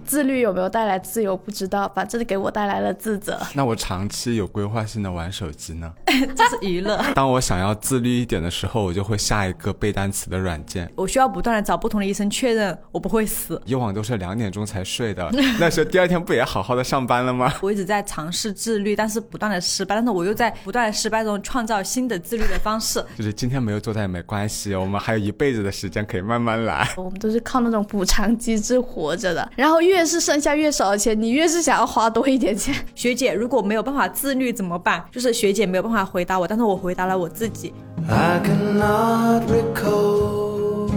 自律有没有带来自由不知道，反正给我带来了自责。 那我长期有规划性的玩手机呢？ 这是娱乐。 当我想要自律一点的时候，我就会下一个背单词的软件。 我需要不断的找不同的医生确认我不会死。 以往都是2点钟才睡的，那时候第二天不也好好的上班了吗？ 我一直在尝试自律，但是不断的失败，但是我又在不断的失败中创造新的自律的方式。 就是今天没有做到也没关系，我们还有一辈子的时间可以慢慢来。 我们都是靠那种补偿机制活着的，然后越是剩下越少的钱，你越是想要花多一点钱。 学姐如果没有办法自律怎么办？就是学姐没有办法回答我，但是我回答了我自己。 I cannot recall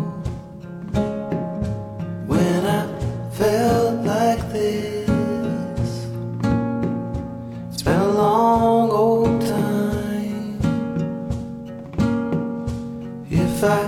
when I felt like this. It's been a long old time. If I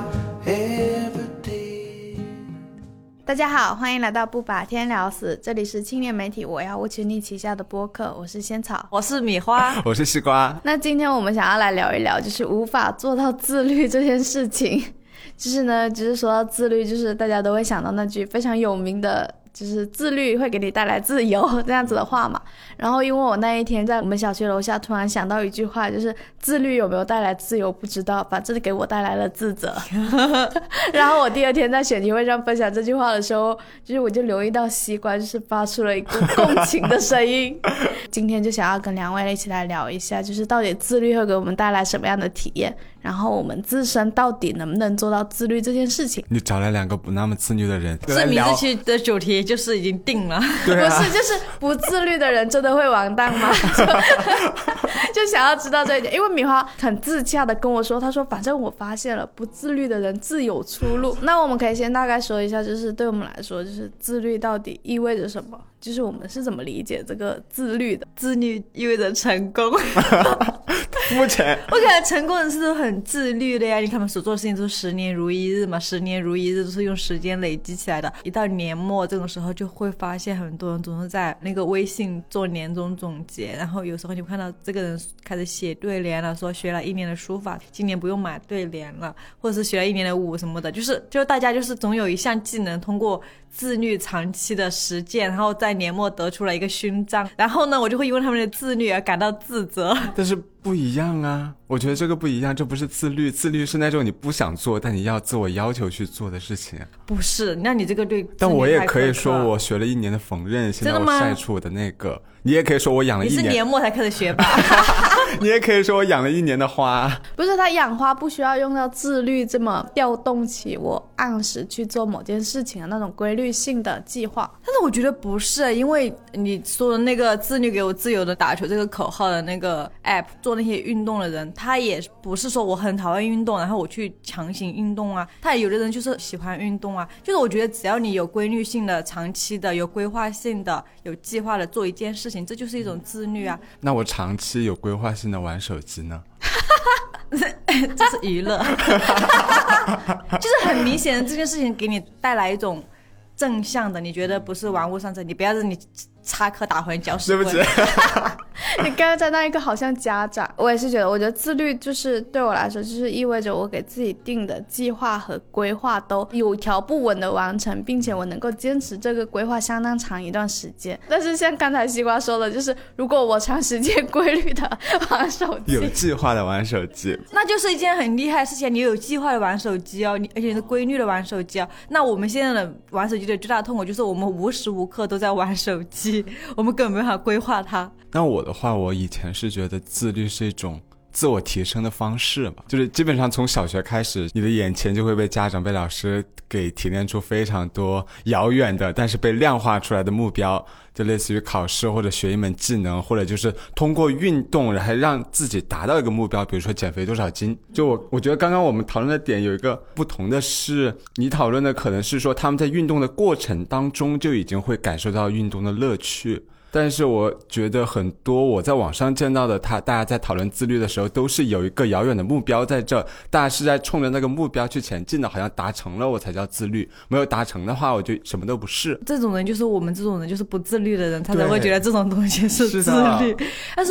ever did. 大家好，欢迎来到不把天聊死，这里是青年媒体我要我群力旗下的播客，我是仙草， 我是米花， 我是西瓜。 那今天我们想要来聊一聊，就是无法做到自律这件事情。就是呢，只是说到自律，就是大家都会想到那句非常有名的，就是自律会给你带来自由这样子的话嘛。然后因为我那一天在我们小区楼下突然想到一句话，就是自律有没有带来自由不知道，反正给我带来了自责。然后我第二天在选题会上分享这句话的时候，就是我就留意到西瓜就是发出了一个共情的声音。今天就想要跟两位一起来聊一下，就是到底自律会给我们带来什么样的体验，然后我们自身到底能不能做到自律这件事情。 你找来2个不那么自律的人， 这名字期的主题就是已经定了。 对啊， 不是，就是不自律的人真的会完蛋吗？就想要知道这一点，因为米花很自洽的跟我说，他说反正我发现了不自律的人自有出路。那我们可以先大概说一下，就是对我们来说，就是自律到底意味着什么，就是我们是怎么理解这个自律的。 自律意味着成功。 肤浅。 我感觉成功人士都很自律的呀，你看他们所做的事情都是10年如一日嘛，10年如一日都是用时间累积起来的。一到年末这种时候，就会发现很多人总是在那个微信做年终总结，然后有时候你会看到这个人开始写对联了，说学了1年的书法，今年不用买对联了，或者是学了1年的舞什么的，就是大家就是总有一项技能通过自律长期的实践，然后在年末得出了一个勋章，然后呢我就会因为他们的自律而感到自责。 但是不一样啊，我觉得这个不一样，这不是自律，自律是那种你不想做但你要自我要求去做的事情。 不是，那你这个对， 但我也可以说我学了1年的缝纫，现在我晒出我的那个。你也可以说我养了1年， 你是年末才开始学吧？ 你也可以说我养了1年的花。 不是，他养花不需要用到自律这么调动起我按时去做某件事情的那种规律性的计划。 但是我觉得不是，因为你说的那个自律给我自由的打球这个口号的那个 app 做那些运动的人，他也不是说我很讨厌运动然后我去强行运动啊，他也有的人就是喜欢运动啊。就是我觉得只要你有规律性的长期的有规划性的有计划的做一件事情，这就是一种自律啊。 那我长期有规划性的玩手机呢？ 这是娱乐。就是很明显的这件事情给你带来一种正向的，你觉得不是玩物丧志，你不要是你插科打诨搅屎棍。 对不起。 你刚才在那一个好像家长，我也是觉得，我觉得自律就是对我来说，就是意味着我给自己定的计划和规划都有条不紊的完成，并且我能够坚持这个规划相当长一段时间。但是像刚才西瓜说的，就是如果我长时间规律的玩手机， 有计划的玩手机， 那就是一件很厉害的事情。你有计划的玩手机哦，而且是规律的玩手机哦。那我们现在的玩手机的最大的痛苦就是我们无时无刻都在玩手机，我们根本没办法规划它。 那我的话，我以前是觉得自律是一种自我提升的方式嘛，就是基本上从小学开始，你的眼前就会被家长被老师给提炼出非常多遥远的但是被量化出来的目标，就类似于考试或者学一门技能，或者就是通过运动然后让自己达到一个目标，比如说减肥多少斤。就我觉得刚刚我们讨论的点有一个不同的是，你讨论的可能是说他们在运动的过程当中就已经会感受到运动的乐趣，但是我觉得很多我在网上见到的大家在讨论自律的时候都是有一个遥远的目标在这，大家是在冲着那个目标去前进的，好像达成了我才叫自律，没有达成的话我就什么都不是。 这种人就是我们这种人，就是不自律的人，他才会觉得这种东西是自律。但是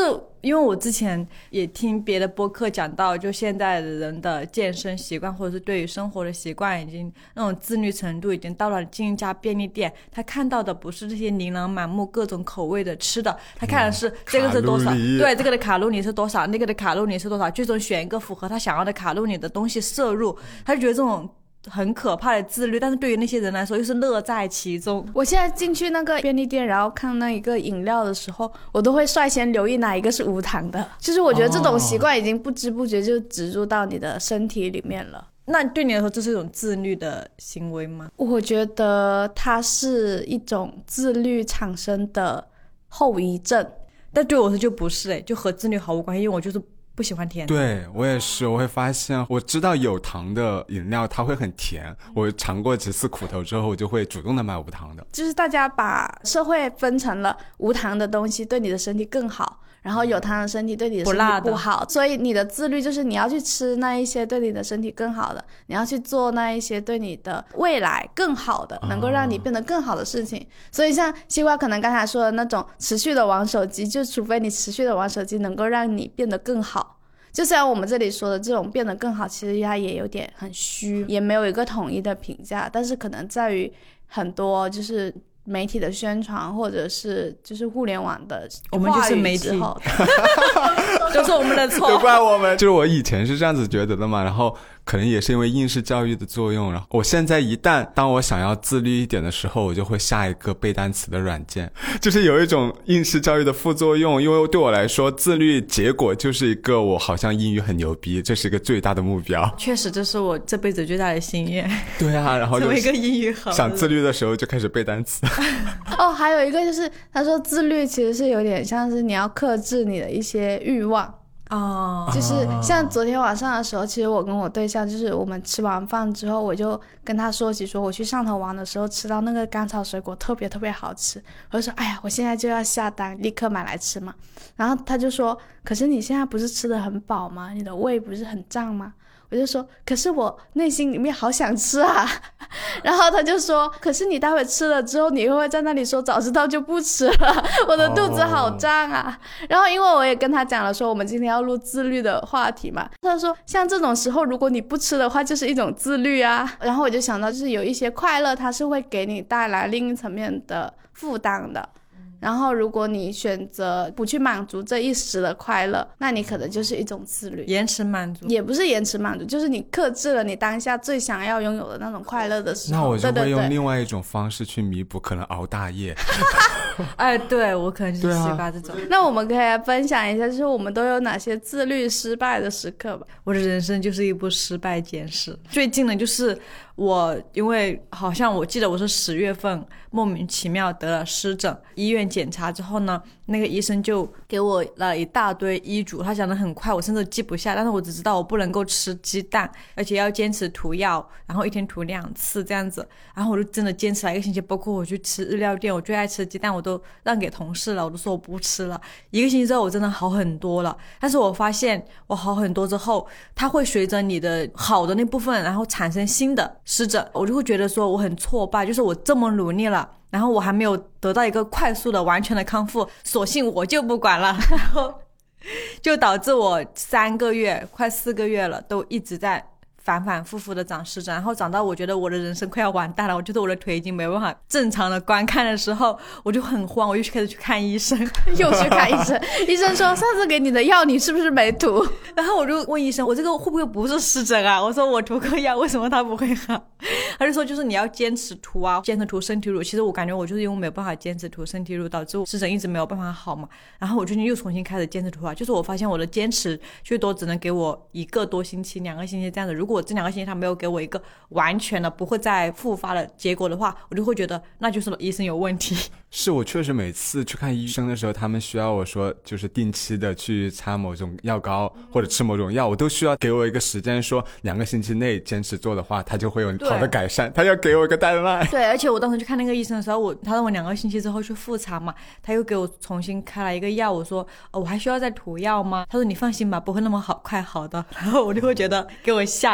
因为我之前也听别的播客讲到，就现在的人的健身习惯或者是对于生活的习惯，已经那种自律程度已经到了进一家便利店，他看到的不是这些琳琅满目各种口味的吃的，他看的是这个是多少，对，这个的卡路里是多少，那个的卡路里是多少，最终选一个符合他想要的卡路里的东西摄入，他就觉得这种很可怕的自律，但是对于那些人来说又是乐在其中。 我现在进去那个便利店，然后看那一个饮料的时候，我都会率先留意哪一个是无糖的。就是我觉得这种习惯已经不知不觉就植入到你的身体里面了。 那对你来说这是一种自律的行为吗？ 我觉得它是一种自律产生的后遗症， 但对我说就不是就和自律毫无关系，因为我就是不喜欢甜的。 对，我也是，我会发现我知道有糖的饮料它会很甜，我尝过几次苦头之后，我就会主动的买无糖的。 就是大家把社会分成了无糖的东西对你的身体更好，然后有糖的身体对你的身体不好，所以你的自律就是你要去吃那一些对你的身体更好的，你要去做那一些对你的未来更好的，能够让你变得更好的事情。所以像西瓜可能刚才说的那种持续的玩手机，就除非你持续的玩手机能够让你变得更好。就虽然我们这里说的这种变得更好，其实它也有点很虚，也没有一个统一的评价，但是可能在于很多就是媒体的宣传，或者是就是互联网的我们就是媒体都是我们的错， 都怪我们。就是我以前是这样子觉得的嘛，然后可能也是因为应试教育的作用，然后我现在一旦当我想要自律一点的时候，我就会下一个背单词的软件，就是有一种应试教育的副作用。因为对我来说，自律结果就是一个我好像英语很牛逼，这是一个最大的目标。 确实这是我这辈子最大的心愿。 对啊，然后就成为一个英语好， 想自律的时候就开始背单词。 哦，还有一个就是他说自律其实是有点像是你要克制你的一些欲望。就是像昨天晚上的时候，其实我跟我对象就是我们吃完饭之后，我就跟他说起说我去上头玩的时候吃到那个甘草水果特别特别好吃，我就说哎呀我现在就要下单立刻买来吃嘛。然后他就说可是你现在不是吃得很饱吗？你的胃不是很胀吗？我就说可是我内心里面好想吃啊。然后他就说可是你待会吃了之后你会不会在那里说早知道就不吃了，我的肚子好胀啊。然后因为我也跟他讲了说我们今天要录自律的话题嘛，他说像这种时候如果你不吃的话就是一种自律啊。然后我就想到就是有一些快乐它是会给你带来另一层面的负担的，然后如果你选择不去满足这一时的快乐，那你可能就是一种自律， 延迟满足。 也不是延迟满足，就是你克制了你当下最想要拥有的那种快乐的时候。 那我就会用另外一种方式去弥补，可能熬大夜。 哎，对，我可能就是西瓜这种。 那我们可以来分享一下，就是我们都有哪些自律失败的时刻吧。 我的人生就是一部失败简史。最近呢，就是我因为好像我记得我是10月份莫名其妙得了湿疹，医院检查之后呢，那个医生就给我了一大堆医嘱，他讲得很快，我甚至记不下，但是我只知道我不能够吃鸡蛋，而且要坚持涂药，然后一天涂2次这样子。然后我就真的坚持了1个星期，包括我去吃日料店，我最爱吃的鸡蛋我都让给同事了，我都说我不吃了。1个星期之后我真的好很多了，但是我发现我好很多之后，它会随着你的好的那部分然后产生新的湿疹，我就会觉得说我很挫败，就是我这么努力了，然后我还没有得到一个快速的完全的康复，索性我就不管了。然后就导致我3个月快4个月了都一直在反反复复的长湿疹，然后长到我觉得我的人生快要完蛋了，我觉得我的腿已经没办法正常的观看的时候，我就很慌，我又开始去看医生。 又去看医生，医生说上次给你的药你是不是没涂？ 然后我就问医生我这个会不会不是湿疹啊？我说我涂个药为什么它不会好？他就说就是你要坚持涂啊，坚持涂身体乳。其实我感觉我就是因为没有办法坚持涂身体乳，导致我湿疹一直没有办法好嘛。然后我最近又重新开始坚持涂啊，就是我发现我的坚持最多只能给我1个多星期2个星期这样子，如果我这2个星期他没有给我一个完全的不会再复发的结果的话，我就会觉得那就是医生有问题。 是我确实每次去看医生的时候，他们需要我说就是定期的去擦某种药膏或者吃某种药，我都需要给我一个时间，说2个星期内坚持做的话他就会有好的改善，他要给我一个 deadline。 对，而且我当时去看那个医生的时候，他让我2个星期之后去复查嘛，他又给我重新开了一个药，我说我还需要再涂药吗？他说你放心吧，不会那么快好的。然后我就会觉得给我吓了。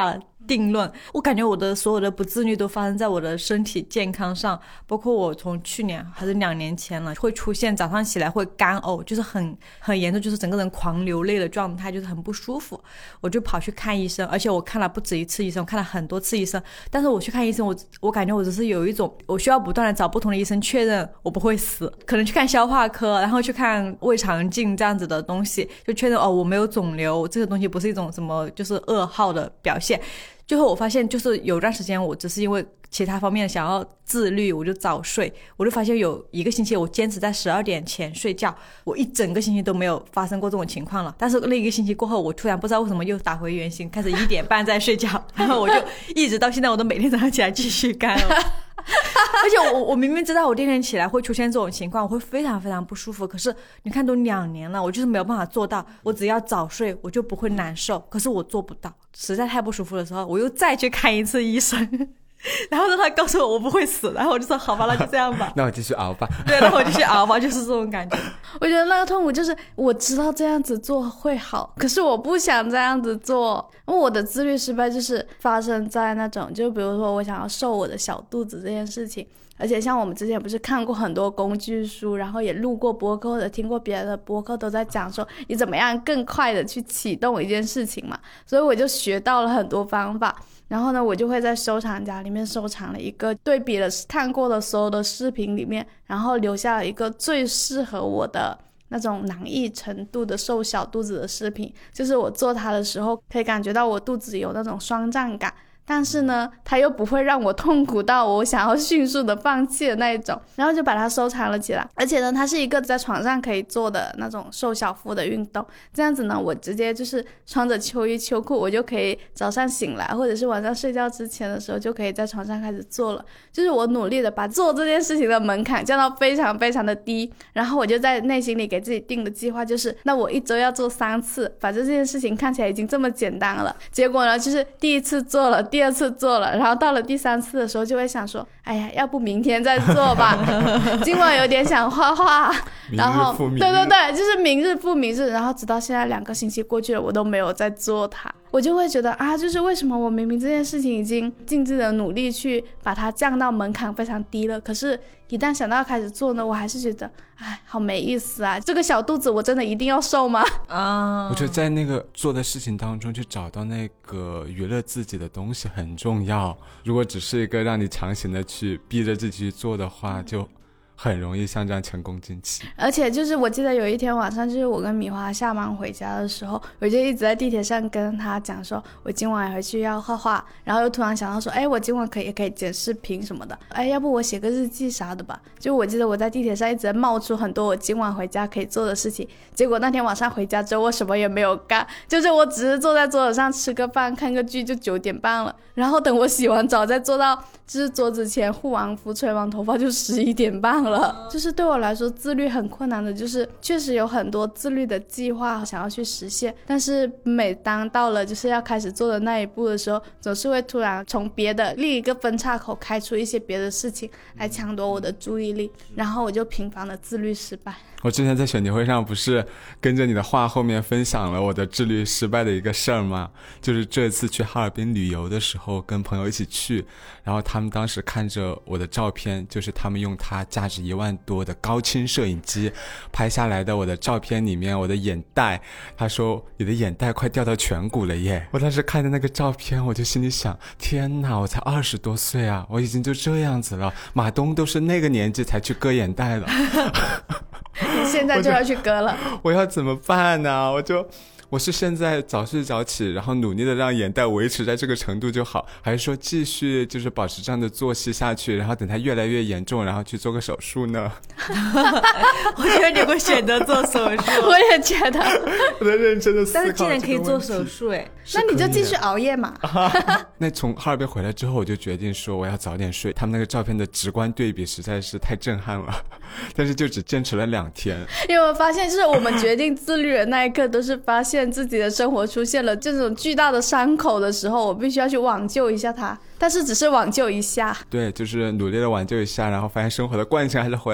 定论。我感觉我的所有的不自律都发生在我的身体健康上，包括我从去年还是2年前了，会出现早上起来会干呕，就是很严重，就是整个人狂流泪的状态，就是很不舒服。我就跑去看医生，而且我看了不止一次医生，我看了很多次医生。但是我去看医生，我感觉我只是有一种，我需要不断的找不同的医生确认我不会死，可能去看消化科，然后去看胃肠镜这样子的东西，就确认我没有肿瘤，这个东西不是一种什么就是噩耗的表现。最后我发现就是有段时间我只是因为其他方面想要自律，我就早睡，我就发现有1个星期我坚持在12点前睡觉，我一整个星期都没有发生过这种情况了。但是那1个星期过后，我突然不知道为什么又打回原形，开始1点半在睡觉，然后我就一直到现在我都每天早上起来继续干呕。而且我明明知道我第二天起来会出现这种情况，我会非常非常不舒服，可是你看都2年了，我就是没有办法做到。我只要早睡我就不会难受，可是我做不到，实在太不舒服的时候我又再去看一次医生，然后让他告诉我不会死，然后我就说好吧，那就这样吧。 那我继续熬吧。 对，那我继续熬吧，就是这种感觉。 我觉得那个痛苦就是我知道这样子做会好，可是我不想这样子做。因为我的自律失败就是发生在那种，就比如说我想要瘦我的小肚子这件事情。而且像我们之前不是看过很多工具书，然后也录过播客或者听过别人的播客，都在讲说你怎么样更快的去启动一件事情嘛，所以我就学到了很多方法。然后呢，我就会在收藏夹里面收藏了一个对比了看过的所有的视频里面，然后留下了一个最适合我的那种难易程度的瘦小肚子的视频，就是我做它的时候可以感觉到我肚子有那种双胀感，但是呢它又不会让我痛苦到我想要迅速的放弃的那一种，然后就把它收藏了起来。而且呢它是一个在床上可以做的那种瘦小腹的运动，这样子呢我直接就是穿着秋衣秋裤，我就可以早上醒来或者是晚上睡觉之前的时候就可以在床上开始做了。就是我努力的把做这件事情的门槛降到非常非常的低，然后我就在内心里给自己定的计划就是那我1周要做3次，反正这件事情看起来已经这么简单了。结果呢就是第1次做了，第2次做了，然后到了第3次的时候就会想说哎呀要不明天再做吧今晚有点想画画，然后对，就是明日复明日，然后直到现在2个星期过去了我都没有再做它。我就会觉得啊，就是为什么我明明这件事情已经尽自己的努力去把它降到门槛非常低了，可是一旦想到要开始做呢，我还是觉得哎，好没意思啊，这个小肚子我真的一定要瘦吗？ 我觉得在那个做的事情当中去找到那个娱乐自己的东西很重要，如果只是一个让你强行的去逼着自己去做的话，就很容易像这样前功尽弃。 而且就是我记得有一天晚上，就是我跟米花下班回家的时候，我就一直在地铁上跟他讲说我今晚回去要画画，然后又突然想到说哎，我今晚可以剪视频什么的，哎，要不我写个日记啥的吧。就我记得我在地铁上一直在冒出很多我今晚回家可以做的事情，结果那天晚上回家之后我什么也没有干，就是我只是坐在桌子上吃个饭看个剧就9点半了，然后等我洗完澡再坐到就是桌子前护完肤吹完头发就11点半了。就是对我来说自律很困难的，就是确实有很多自律的计划想要去实现，但是每当到了就是要开始做的那一步的时候，总是会突然从别的另一个分岔口开出一些别的事情来抢夺我的注意力，然后我就频繁的自律失败。 我之前在选题会上不是跟着你的话后面分享了我的自律失败的一个事儿吗？就是这次去哈尔滨旅游的时候跟朋友一起去，然后他们当时看着我的照片，就是他们用他价值1万多的高清摄影机拍下来的我的照片里面我的眼袋，他说你的眼袋快掉到颧骨了耶。我当时看着那个照片我就心里想天哪，我才20多岁啊，我已经就这样子了，马东都是那个年纪才去割眼袋了现在就要去割了我要怎么办呢？我是现在早睡早起，然后努力的让眼袋维持在这个程度就好，还是说继续就是保持这样的作息下去，然后等它越来越严重然后去做个手术呢？ 我觉得你会选择做手术我也觉得我在认真的思考， 但是既然可以做手术那你就继续熬夜嘛那从哈尔滨回来之后我就决定说我要早点睡，他们那个照片的直观对比实在是太震撼了但是就只坚持了2天。 因为我发现就是我们决定自律的那一刻都是发现自己的生活出现了这种巨大的伤口的时候，我必须要去挽救一下它，但是只是挽救一下。 对，就是努力的挽救一下，然后发现生活的惯性还是回来了。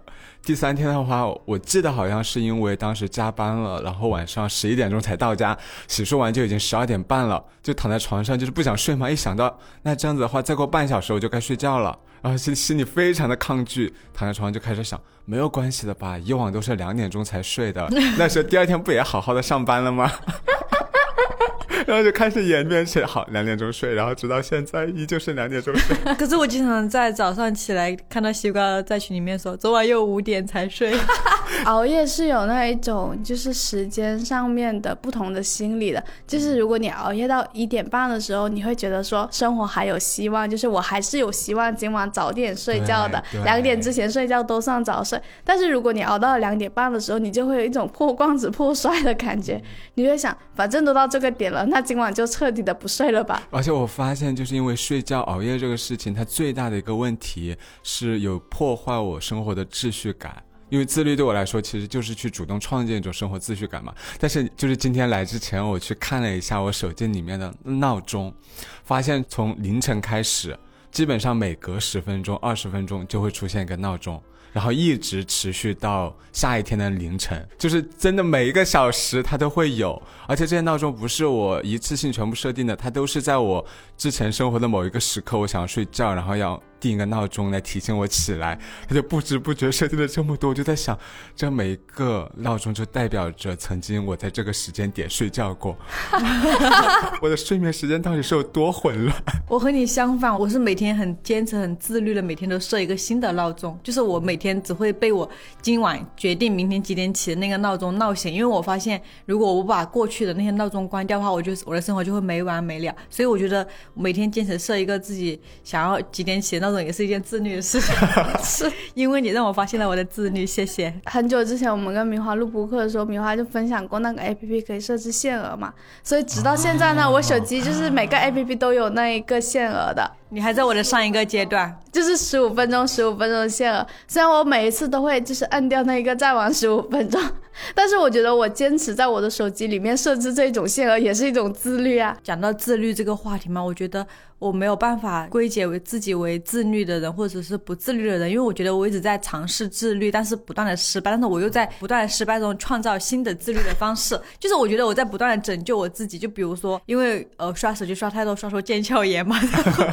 第3天的话，我记得好像是因为当时加班了，然后晚上11点钟才到家，洗漱完就已经12点半了，就躺在床上就是不想睡嘛，一想到那这样子的话再过半小时我就该睡觉了，然后心里非常的抗拒，躺在床上就开始想没有关系的吧，以往都是2点钟才睡的，那时候第2天不也好好的上班了吗？然后就开始演变成好2点钟睡，然后直到现在依旧是2点钟睡。 可是我经常在早上起来看到西瓜在群里面说昨晚又5点才睡。 熬夜是有那一种就是时间上面的不同的心理的，就是如果你熬夜到1点半的时候，你会觉得说生活还有希望，就是我还是有希望今晚早点睡觉的，2点之前睡觉都算早睡。但是如果你熬到2点半的时候，你就会有一种破罐子破摔的感觉，你会想反正都到这个点了，那今晚就彻底的不睡了吧。 而且我发现就是因为睡觉熬夜这个事情，它最大的一个问题是有破坏我生活的秩序感，因为自律对我来说其实就是去主动创建一种生活秩序感嘛。但是就是今天来之前我去看了一下我手机里面的闹钟，发现从凌晨开始基本上每隔10分钟20分钟就会出现一个闹钟，然后一直持续到下一天的凌晨，就是真的每一个小时它都会有，而且这些闹钟不是我一次性全部设定的，它都是在我之前生活的某一个时刻我想要睡觉，然后要定一个闹钟来提醒我起来，它就不知不觉设定了这么多。我就在想这每一个闹钟就代表着曾经我在这个时间点睡觉过。我的睡眠时间到底是有多混乱。 我和你相反，我是每天很坚持很自律的，每天都设一个新的闹钟，就是我每天只会被我今晚决定明天几点起的那个闹钟闹醒，因为我发现如果我把过去的那些闹钟关掉的话，我的生活就会没完没了。所以我觉得每天坚持设一个自己想要几点起的闹钟也是一件自律的事情。是因为你让我发现了我的自律，谢谢。 很久之前我们跟明华录播客的时候，明华就分享过那个 APP 可以设置限额嘛，所以直到现在呢，我手机就是每个 APP 都有那一个限额的。 你还在我的上一个阶段， 就是15分钟的限额，虽然我每一次都会就是按掉那个再玩15分钟，但是我觉得我坚持在我的手机里面设置这种限额也是一种自律啊。 讲到自律这个话题嘛，我觉得我没有办法归结为自己为自律的人或者是不自律的人，因为我觉得我一直在尝试自律，但是不断的失败，但是我又在不断的失败中创造新的自律的方式。就是我觉得我在不断的拯救我自己，就比如说因为刷手机刷太多，刷出腱鞘炎嘛，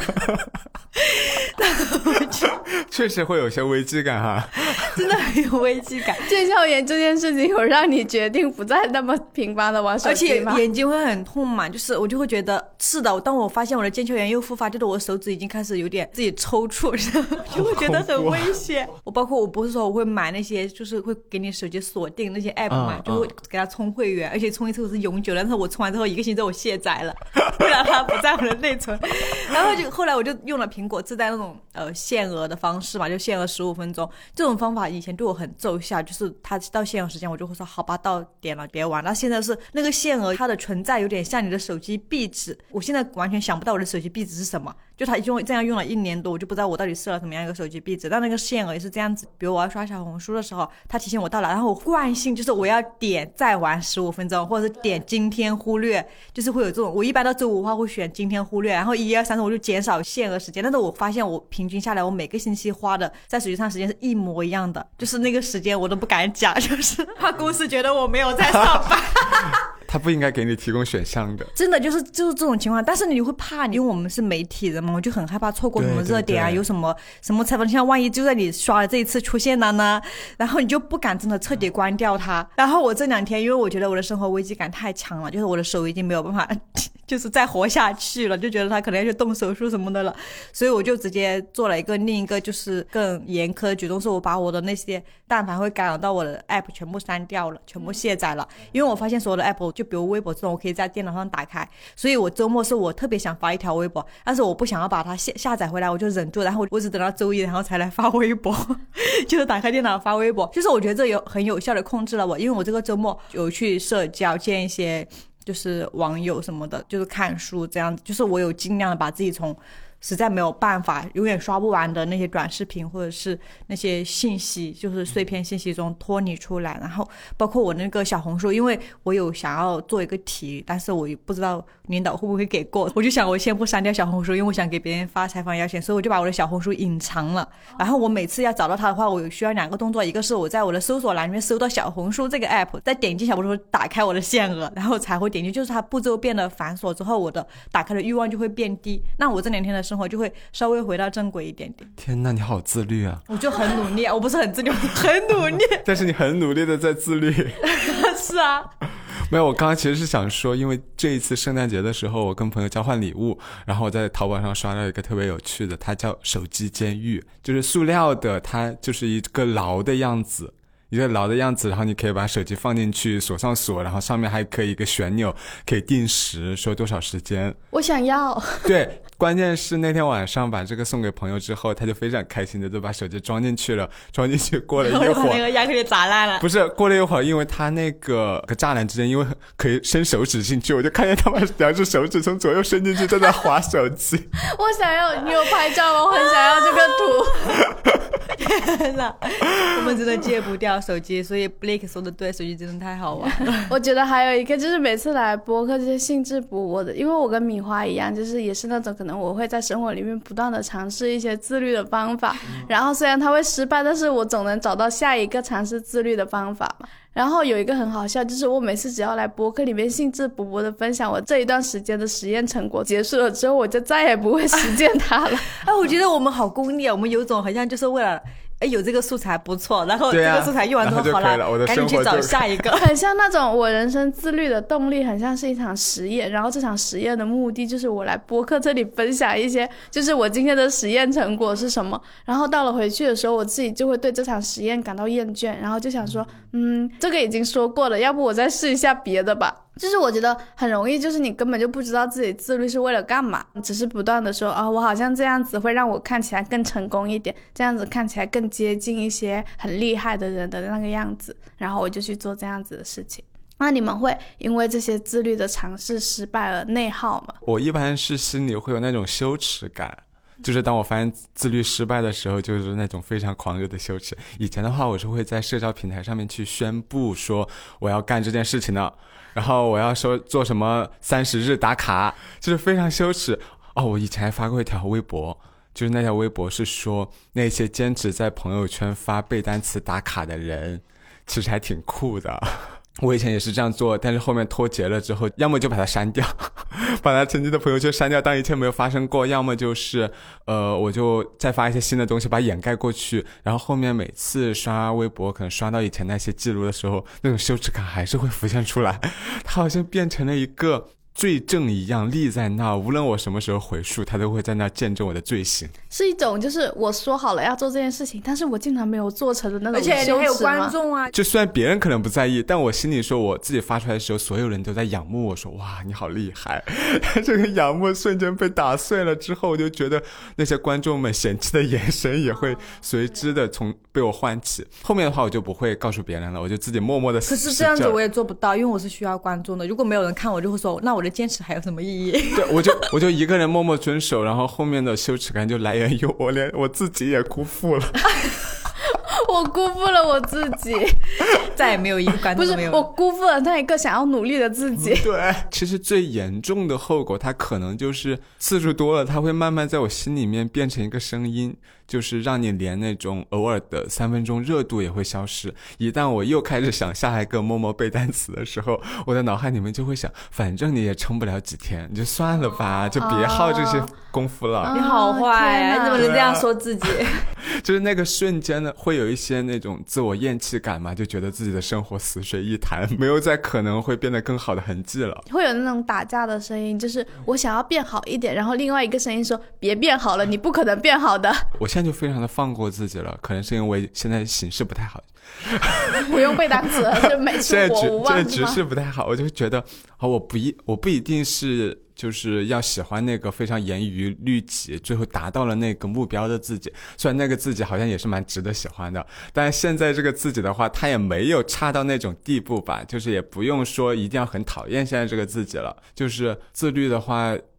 确实会有些危机感哈， 真的很有危机感。 腱鞘炎这件事情有让你决定不再那么频繁的玩手机吗？ 而且眼睛会很痛嘛，就是我就会觉得是的，当我发现我的腱鞘炎又复发，就是我手指已经开始有点自己抽搐，就会觉得很危险。我包括我不是说我会买那些就是会给你手机锁定那些 app 嘛，就会给它充会员，而且充一次我是永久的，但是我充完之后1个星期之后我卸载了，不然它不在我的内存。然后后来我就用了苹果自带那种限额的方式嘛，就限额15分钟，这种方法以前对我很奏效，就是它到限额时间我就会说好吧，到点了别玩了。现在是那个限额它的存在有点像你的手机壁纸，我现在完全想不到我的手机壁纸是什么，就它这样用了1年多，我就不知道我到底设了什么样一个手机壁纸。但那个限额也是这样子，比如我要刷小红书的时候它提醒我到了，然后我惯性就是我要点再玩15分钟，或者是点今天忽略，就是会有这种，我一般到周5的话会选今天忽略，然后1、2、3我就减少限额时间。但是我发现我平均下来我每个星期花的在手机上时间是一模一样的，就是那个时间我都不敢讲，就是怕公司觉得我没有在上班。 他不应该给你提供选项的， 真的就是这种情况。但是你会怕，因为我们是媒体人嘛，我就很害怕错过什么热点啊，有什么采访，像万一就在你刷了这一次出现了呢，然后你就不敢真的彻底关掉它。然后我这2天因为我觉得我的生活危机感太强了，就是我的手已经没有办法就是再活下去了，就觉得他可能要去动手术什么的了，所以我就直接做了另一个就是更严苛的举动，是我把我的那些但凡会干扰到我的 app 全部删掉了，全部卸载了。因为我发现所有的 app 就比如微博这种我可以在电脑上打开，所以我周末是我特别想发一条微博，但是我不想要把它下载回来，我就忍住，然后我只等到周一然后才来发微博就是打开电脑发微博。就是我觉得这很有效的控制了我，因为我这个周末有去社交，见一些就是网友什么的，就是看书这样子，就是我有尽量的把自己从实在没有办法永远刷不完的那些短视频或者是那些信息，就是碎片信息中脱离出来。然后包括我那个小红书，因为我有想要做一个题，但是我不知道领导会不会给过，我就想我先不删掉小红书，因为我想给别人发采访邀请，所以我就把我的小红书隐藏了。然后我每次要找到它的话，我需要2个动作，一个是我在我的搜索栏里面搜到小红书这个 app， 再点击小红书打开我的限额，然后才会点击，就是它步骤变得繁琐之后，我的打开的欲望就会变低，那我这2天的生活就会稍微回到正轨一点点。 天哪，你好自律啊！ 我就很努力，我不是很自律，我很努力。 但是你很努力的在自律。 是啊。 没有，我刚刚其实是想说，因为这一次圣诞节的时候，我跟朋友交换礼物，然后我在淘宝上刷到一个特别有趣的，它叫手机监狱，就是塑料的，它就是一个牢的样子。一个牢的样子，然后你可以把手机放进去，锁上锁，然后上面还可以一个旋钮，可以定时说多少时间。 我想要。 对，关键是那天晚上把这个送给朋友之后，他就非常开心的就把手机装进去了，装进去过了一会儿， 那个亚克力砸烂了。 不是，过了一会儿，因为他那个栅栏之间，因为可以伸手指进去，我就看见他把2只手指从左右伸进去，正在滑手机。 我想要，你有拍照吗？我很想要这个图。 天哪，我们真的戒不掉手机，所以 Blake 说的对，手机真的太好玩了。 我觉得还有一个就是每次来播客这些兴致勃勃的，因为我跟米花一样，就是也是那种可能我会在生活里面不断的尝试一些自律的方法，然后虽然它会失败，但是我总能找到下一个尝试自律的方法嘛。然后有一个很好笑，就是我每次只要来播客里面兴致勃勃的分享我这一段时间的实验成果，结束了之后我就再也不会实践它了。 我觉得我们好功利啊，我们有种好像就是为了有这个素材不错，然后这个素材用完之后好了，赶紧去找下一个。 很像那种我人生自律的动力，很像是一场实验，然后这场实验的目的就是我来播客这里分享一些就是我今天的实验成果是什么，然后到了回去的时候我自己就会对这场实验感到厌倦，然后就想说这个已经说过了，要不我再试一下别的吧。就是我觉得很容易，就是你根本就不知道自己自律是为了干嘛，只是不断的说我好像这样子会让我看起来更成功一点，这样子看起来更接近一些很厉害的人的那个样子，然后我就去做这样子的事情。那你们会因为这些自律的尝试失败而内耗吗？ 我一般是心里会有那种羞耻感，就是当我发现自律失败的时候，就是那种非常狂热的羞耻。以前的话我是会在社交平台上面去宣布说我要干这件事情的，然后我要说做什么30日打卡，就是非常羞耻。我以前还发过一条微博，就是那条微博是说那些坚持在朋友圈发背单词打卡的人其实还挺酷的。我以前也是这样做，但是后面脱节了之后，要么就把它删掉，把他曾经的朋友圈删掉，当一切没有发生过，要么就是我就再发一些新的东西把它掩盖过去，然后后面每次刷微博可能刷到以前那些记录的时候，那种羞耻感还是会浮现出来，它好像变成了一个罪证一样立在那，无论我什么时候回溯，它都会在那见证我的罪行。 是一种就是我说好了要做这件事情，但是我竟然没有做成的那种羞耻吗？ 而且还有观众啊， 就虽然别人可能不在意，但我心里说我自己发出来的时候，所有人都在仰慕我，说哇你好厉害。这个仰慕瞬间被打碎了之后，我就觉得那些观众们嫌弃的眼神也会随之的被我唤起。后面的话我就不会告诉别人了，我就自己默默的。 可是这样子我也做不到，因为我是需要观众的，如果没有人看我就会说那我的坚持还有什么意义？ 对，我就一个人默默遵守，然后后面的羞耻感就来源于我连我自己也辜负了。 我辜负了我自己， 再也没有一个观众都没有。 不是，我辜负了那一个想要努力的自己。 对，其实最严重的后果，它可能就是次数多了，它会慢慢在我心里面变成一个声音，就是让你连那种偶尔的3分钟热度也会消失。一旦我又开始想下一个默默背单词的时候，我的脑海里面就会想，反正你也撑不了几天，你就算了吧，就别耗这些功夫了。 你好坏，你怎么能这样说自己？ 就是那个瞬间呢，会有一些那种自我厌弃感嘛，就觉得自己的生活死水一潭，没有再可能会变得更好的痕迹了。 会有那种打架的声音，就是我想要变好一点，然后另外一个声音说别变好了，你不可能变好的。 我现在就非常的放过自己了，可能是因为现在形势不太好， 不用背单词了，就每次我无望。 这局势不太好，我就觉得我不一定是就是要喜欢那个非常严于律己最后达到了那个目标的自己，虽然那个自己好像也是蛮值得喜欢的，但现在这个自己的话他也没有差到那种地步吧，就是也不用说一定要很讨厌现在这个自己了。就是自律的话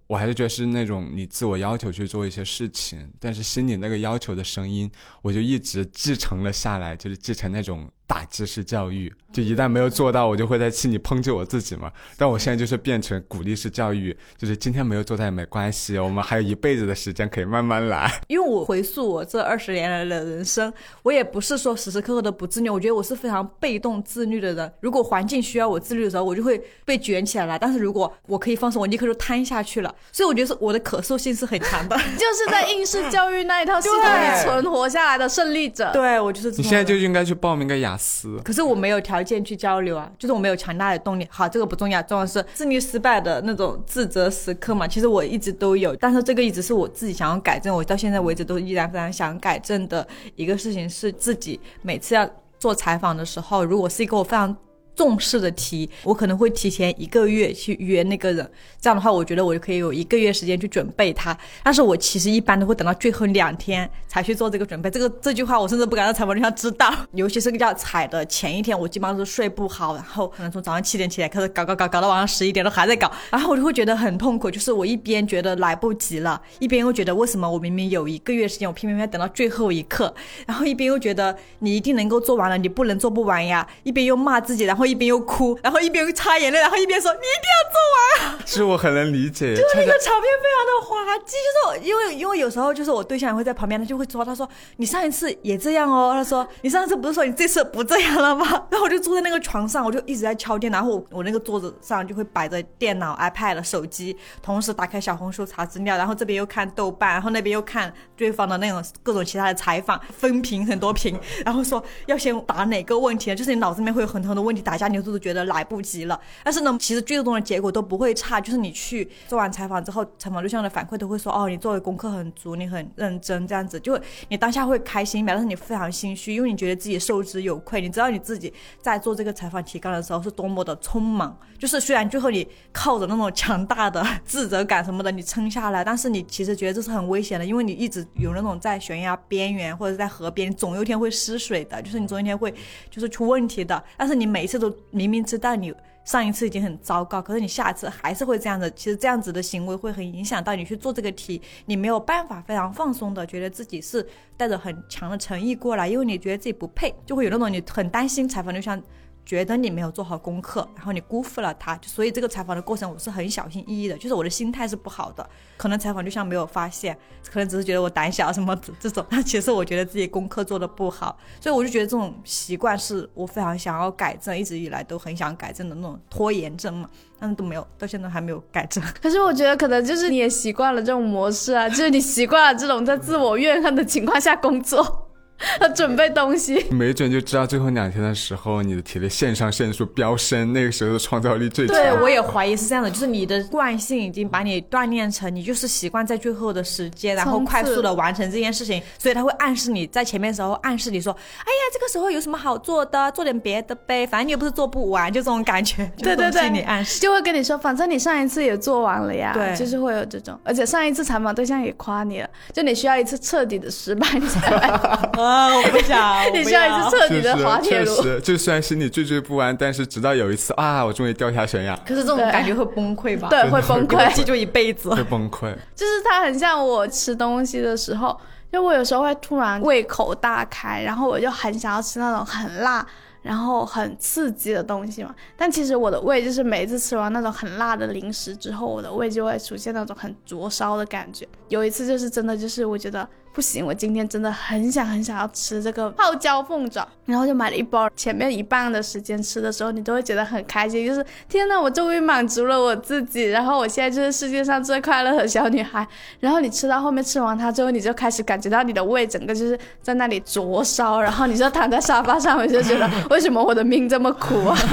我还是觉得是那种你自我要求去做一些事情，但是心里那个要求的声音我就一直继承了下来，就是继承那种打击式教育，就一旦没有做到我就会在心里抨击我自己嘛。但我现在就是变成鼓励式教育，就是今天没有做到也没关系，我们还有一辈子的时间可以慢慢来。 因为我回溯我这20年来的人生，我也不是说时时刻刻的不自律，我觉得我是非常被动自律的人。如果环境需要我自律的时候，我就会被卷起来了，但是如果我可以放松，我立刻就瘫下去了。所以我觉得我的可塑性是很强的。 就是在应试教育那一套系统里存活下来的胜利者。 对，我就是这种人。 你现在就应该去报名个雅思。 可是我没有条件去交流啊，就是我没有强大的动力。好，这个不重要，重要是自律失败的那种自责时刻嘛。其实我一直都有，但是这个一直是我自己想要改正，我到现在为止都依然非常想改正的一个事情，是自己每次要做采访的时候，如果是一个我非常重视的题，我可能会提前1个月去约那个人，这样的话我觉得我就可以有1个月时间去准备它。但是我其实一般都会等到最后2天才去做这个准备，这句话我甚至不敢让采访对象知道。尤其是要采的前一天，我基本上都是睡不好，然后可能从早上7点起来开始搞到晚上11点都还在搞，然后我就会觉得很痛苦，就是我一边觉得来不及了，一边又觉得为什么我明明有1个月时间，我偏偏要等到最后一刻，然后一边又觉得你一定能够做完了，你不能做不完呀，一边又骂自己，然后一边又哭，然后一边又擦眼泪，然后一边说你一定要做完。 是我很能理解， 就是那个场面非常的滑稽，就是因为有时候就是我对象也会在旁边，他就会说，他说你上一次也这样哦，他说你上次不是说你这次不这样了吗？然后我就坐在那个床上，我就一直在敲电脑，然后我那个桌子上就会摆着电脑、iPad、手机，同时打开小红书查资料，然后这边又看豆瓣，然后那边又看对方的那种各种其他的采访，分屏很多屏，然后说要先打哪个问题，就是你脑子里面会有很多问题打架，你就觉得来不及了。但是呢，其实最终的结果都不会差，就是你去做完采访之后，采访对象的反馈都会说，哦，你做的功课很足，你很认真，这样子，就你当下会开心，但是你非常心虚，因为你觉得自己受之有愧，你知道你自己在做这个采访提纲的时候是多么的匆忙，就是虽然最后你靠着那种强大的自责感什么的你撑下来，但是你其实觉得这是很危险的，因为你一直有那种在悬崖边缘或者在河边，你总有一天会失水的，就是你总有一天会就是出问题的，但是你每一次都明明知道你上一次已经很糟糕，可是你下次还是会这样子，其实这样子的行为会很影响到你去做这个题，你没有办法非常放松的觉得自己是带着很强的诚意过来，因为你觉得自己不配，就会有那种你很担心采访对象觉得你没有做好功课，然后你辜负了他，所以这个采访的过程我是很小心翼翼的，就是我的心态是不好的，可能采访对象没有发现，可能只是觉得我胆小什么这种，但其实我觉得自己功课做得不好，所以我就觉得这种习惯是我非常想要改正，一直以来都很想改正的那种拖延症嘛，但是都没有，到现在还没有改正。 可是我觉得可能就是你也习惯了这种模式啊，就是你习惯了这种在自我怨恨的情况下工作要准备东西， 没准就知道最后2天的时候你的体内肾上腺素飙升，那个时候的创造力最强。 对，我也怀疑是这样的，就是你的惯性已经把你锻炼成你就是习惯在最后的时间然后快速的完成这件事情，所以他会暗示你在前面的时候暗示你说，哎呀这个时候有什么好做的，做点别的呗，反正你又不是做不完，就这种感觉。 对对对， 心理暗示就会跟你说反正你上一次也做完了呀， 对， 就是会有这种，而且上一次采访对象也夸你了，就你需要一次彻底的失败你才来我不想你需要一次彻底的滑铁卢， 确实就虽然心里惴惴不安，但是直到有一次啊我终于掉下悬崖， 可是这种感觉会崩溃吧？ 对，会崩溃， 记住一辈子， 会崩溃。 就是它很像我吃东西的时候，就我有时候会突然胃口大开，然后我就很想要吃那种很辣然后很刺激的东西嘛，但其实我的胃就是每一次吃完那种很辣的零食之后，我的胃就会出现那种很灼烧的感觉。有一次就是真的就是我觉得不行，我今天真的很想要吃这个泡椒凤爪，然后就买了一包，前面一半的时间吃的时候你都会觉得很开心，就是天哪我终于满足了我自己，然后我现在就是世界上最快乐的小女孩，然后你吃到后面吃完它之后，你就开始感觉到你的胃整个就是在那里灼烧，然后你就躺在沙发上面就觉得为什么我的命这么苦啊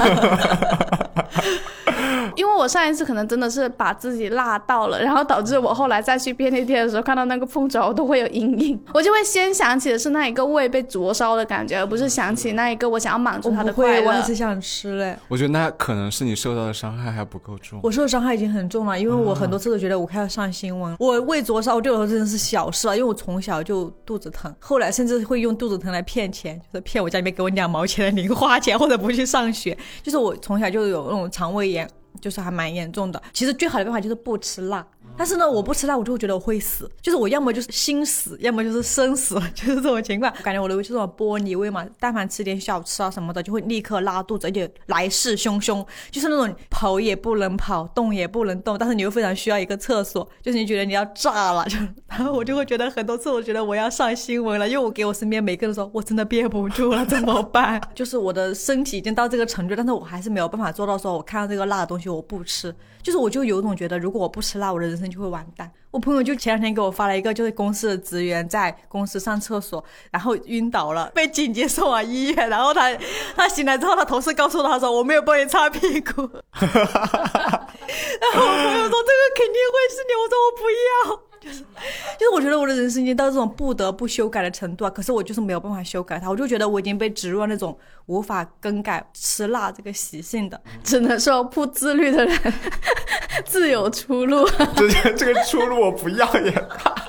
因为我上一次可能真的是把自己辣到了，然后导致我后来再去便利店的时候看到那个凤爪我都会有阴影，我就会先想起的是那一个胃被灼烧的感觉，而不是想起那一个我想要满足它的快乐。 我不会，我还是想吃嘞。 我觉得那可能是你受到的伤害还不够重。 我受的伤害已经很重了，因为我很多次都觉得我快要上新闻。我胃灼烧对我来说真的是小事了，因为我从小就肚子疼，后来甚至会用肚子疼来骗钱，就是骗我家里面给我2毛钱的零花钱，或者不去上学。就是我从小就有那种肠胃炎，就是还蛮严重的。其实最好的办法就是不吃辣， 但是呢，我不吃辣，我就会觉得我会死，就是我要么就是心死，要么就是生死，就是这种情况。我感觉我的胃是这种玻璃胃嘛，但凡吃点小吃啊什么的，就会立刻拉肚子，而且来势汹汹，就是那种跑也不能跑，动也不能动，但是你又非常需要一个厕所，就是你觉得你要炸了，然后我就会觉得很多次，我觉得我要上新闻了，因为我给我身边每个人说，我真的憋不住了，怎么办？就是我的身体已经到这个程度，但是我还是没有办法做到说，我看到这个辣的东西我不吃，就是我就有种觉得，如果我不吃辣，我的人生就会完蛋。我朋友就前两天给我发了一个，就是公司的职员在公司上厕所，然后晕倒了，被紧急送往医院，然后他醒来之后，他同事告诉他说，我没有帮你擦屁股。然后我朋友说这个肯定会是你，我说我不要。就是我觉得我的人生已经到这种不得不修改的程度啊，可是我就是没有办法修改它，我就觉得我已经被植入了那种无法更改吃辣这个习性的， 只能说不自律的人自有出路。 这个出路我不要也。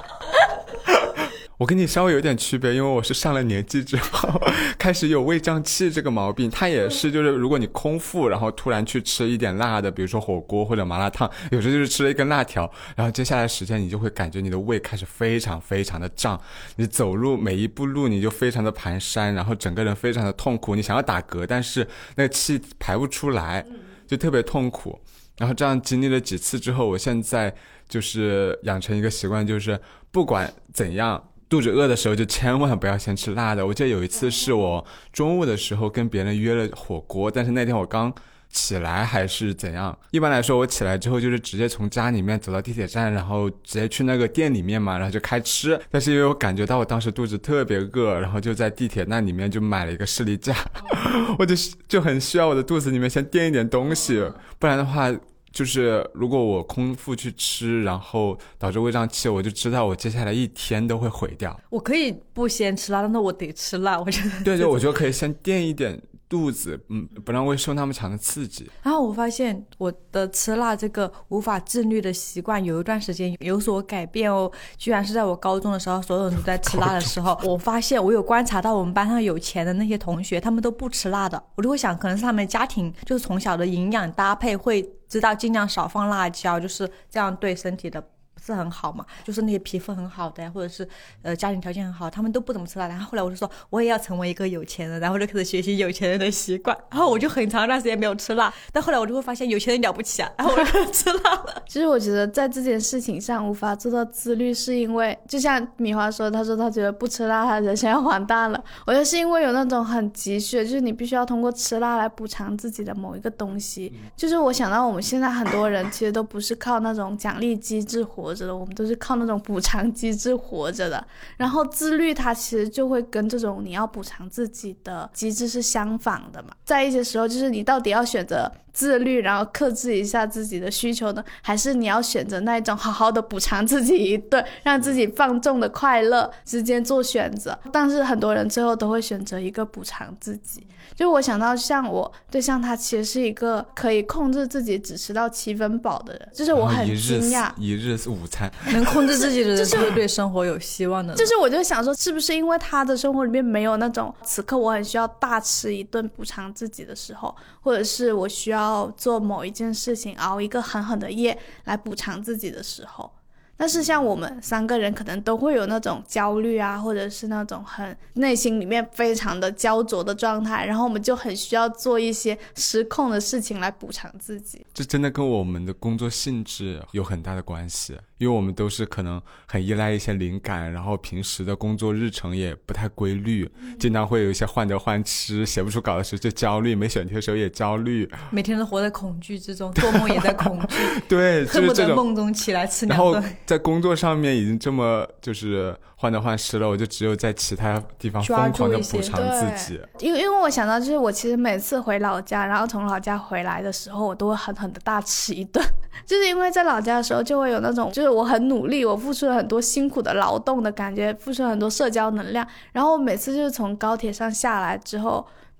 我跟你稍微有点区别，因为我是上了年纪之后开始有胃胀气这个毛病，它也是就是如果你空腹然后突然去吃一点辣的，比如说火锅或者麻辣烫，有时候就是吃了一根辣条，然后接下来时间你就会感觉你的胃开始非常非常的胀，你走路每一步路你就非常的蹒跚，然后整个人非常的痛苦，你想要打嗝但是那个气排不出来，就特别痛苦。然后这样经历了几次之后，我现在就是养成一个习惯，就是不管怎样肚子饿的时候就千万不要先吃辣的。我记得有一次是我中午的时候跟别人约了火锅，但是那天我刚起来还是怎样，一般来说我起来之后就是直接从家里面走到地铁站，然后直接去那个店里面嘛，然后就开吃。但是因为我感觉到我当时肚子特别饿，然后就在地铁那里面就买了一个士力架我就很需要我的肚子里面先垫一点东西，不然的话就是如果我空腹去吃然后导致胃胀气，我就知道我接下来一天都会毁掉。 我可以不先吃辣，但是我得吃辣，我觉得对，我觉得可以先垫一点肚子，不让胃受那么强的刺激。 然后我发现我的吃辣这个无法自律的习惯有一段时间有所改变哦，居然是在我高中的时候，所有人都在吃辣的时候，我发现我有观察到我们班上有钱的那些同学，他们都不吃辣的，我就会想可能是他们家庭就是从小的营养搭配会知道尽量少放辣椒，就是这样对身体的不是很好嘛，就是那些皮肤很好的呀，或者是家庭条件很好，他们都不怎么吃辣。然后后来我就说我也要成为一个有钱人，然后就开始学习有钱人的习惯，然后我就很长一段时间没有吃辣，但后来我就会发现有钱人了不起啊，然后我就吃辣了。 其实我觉得在这件事情上无法做到自律，是因为就像米花说，他说他觉得不吃辣他人生要完蛋了，我觉得是因为有那种很急需，就是你必须要通过吃辣来补偿自己的某一个东西。就是我想到我们现在很多人其实都不是靠那种奖励机制活着的，我们都是靠那种补偿机制活着的。然后自律它其实就会跟这种你要补偿自己的机制是相反的嘛。在一些时候就是你到底要选择自律然后克制一下自己的需求呢，还是你要选择那一种好好的补偿自己一顿，让自己放纵的快乐之间做选择。但是很多人最后都会选择一个补偿自己。就我想到像我对象，他其实是一个可以控制自己只吃到7分饱的人，就是我很惊讶， 一日午餐能控制自己的人是对生活有希望的。 就是我就想说，是不是因为他的生活里面没有那种此刻我很需要大吃一顿补偿自己的时候，或者是我需要做某一件事情熬一个狠狠的夜来补偿自己的时候。但是像我们3个人可能都会有那种焦虑啊，或者是那种很内心里面非常的焦灼的状态，然后我们就很需要做一些失控的事情来补偿自己。 这真的跟我们的工作性质有很大的关系，因为我们都是可能很依赖一些灵感，然后平时的工作日程也不太规律，经常会有一些患得患失，写不出稿的时候就焦虑，没选题的时候也焦虑， 每天都活在恐惧之中，做梦也在恐惧对， 恨不得梦中起来吃2顿。 在工作上面已经这么就是患得患失了，我就只有在其他地方疯狂的补偿自己。 因为我想到就是我其实每次回老家，然后从老家回来的时候，我都会狠狠的大吃一顿就是因为在老家的时候就会有那种就是我很努力，我付出了很多辛苦的劳动的感觉，付出了很多社交能量，然后每次就是从高铁上下来之后，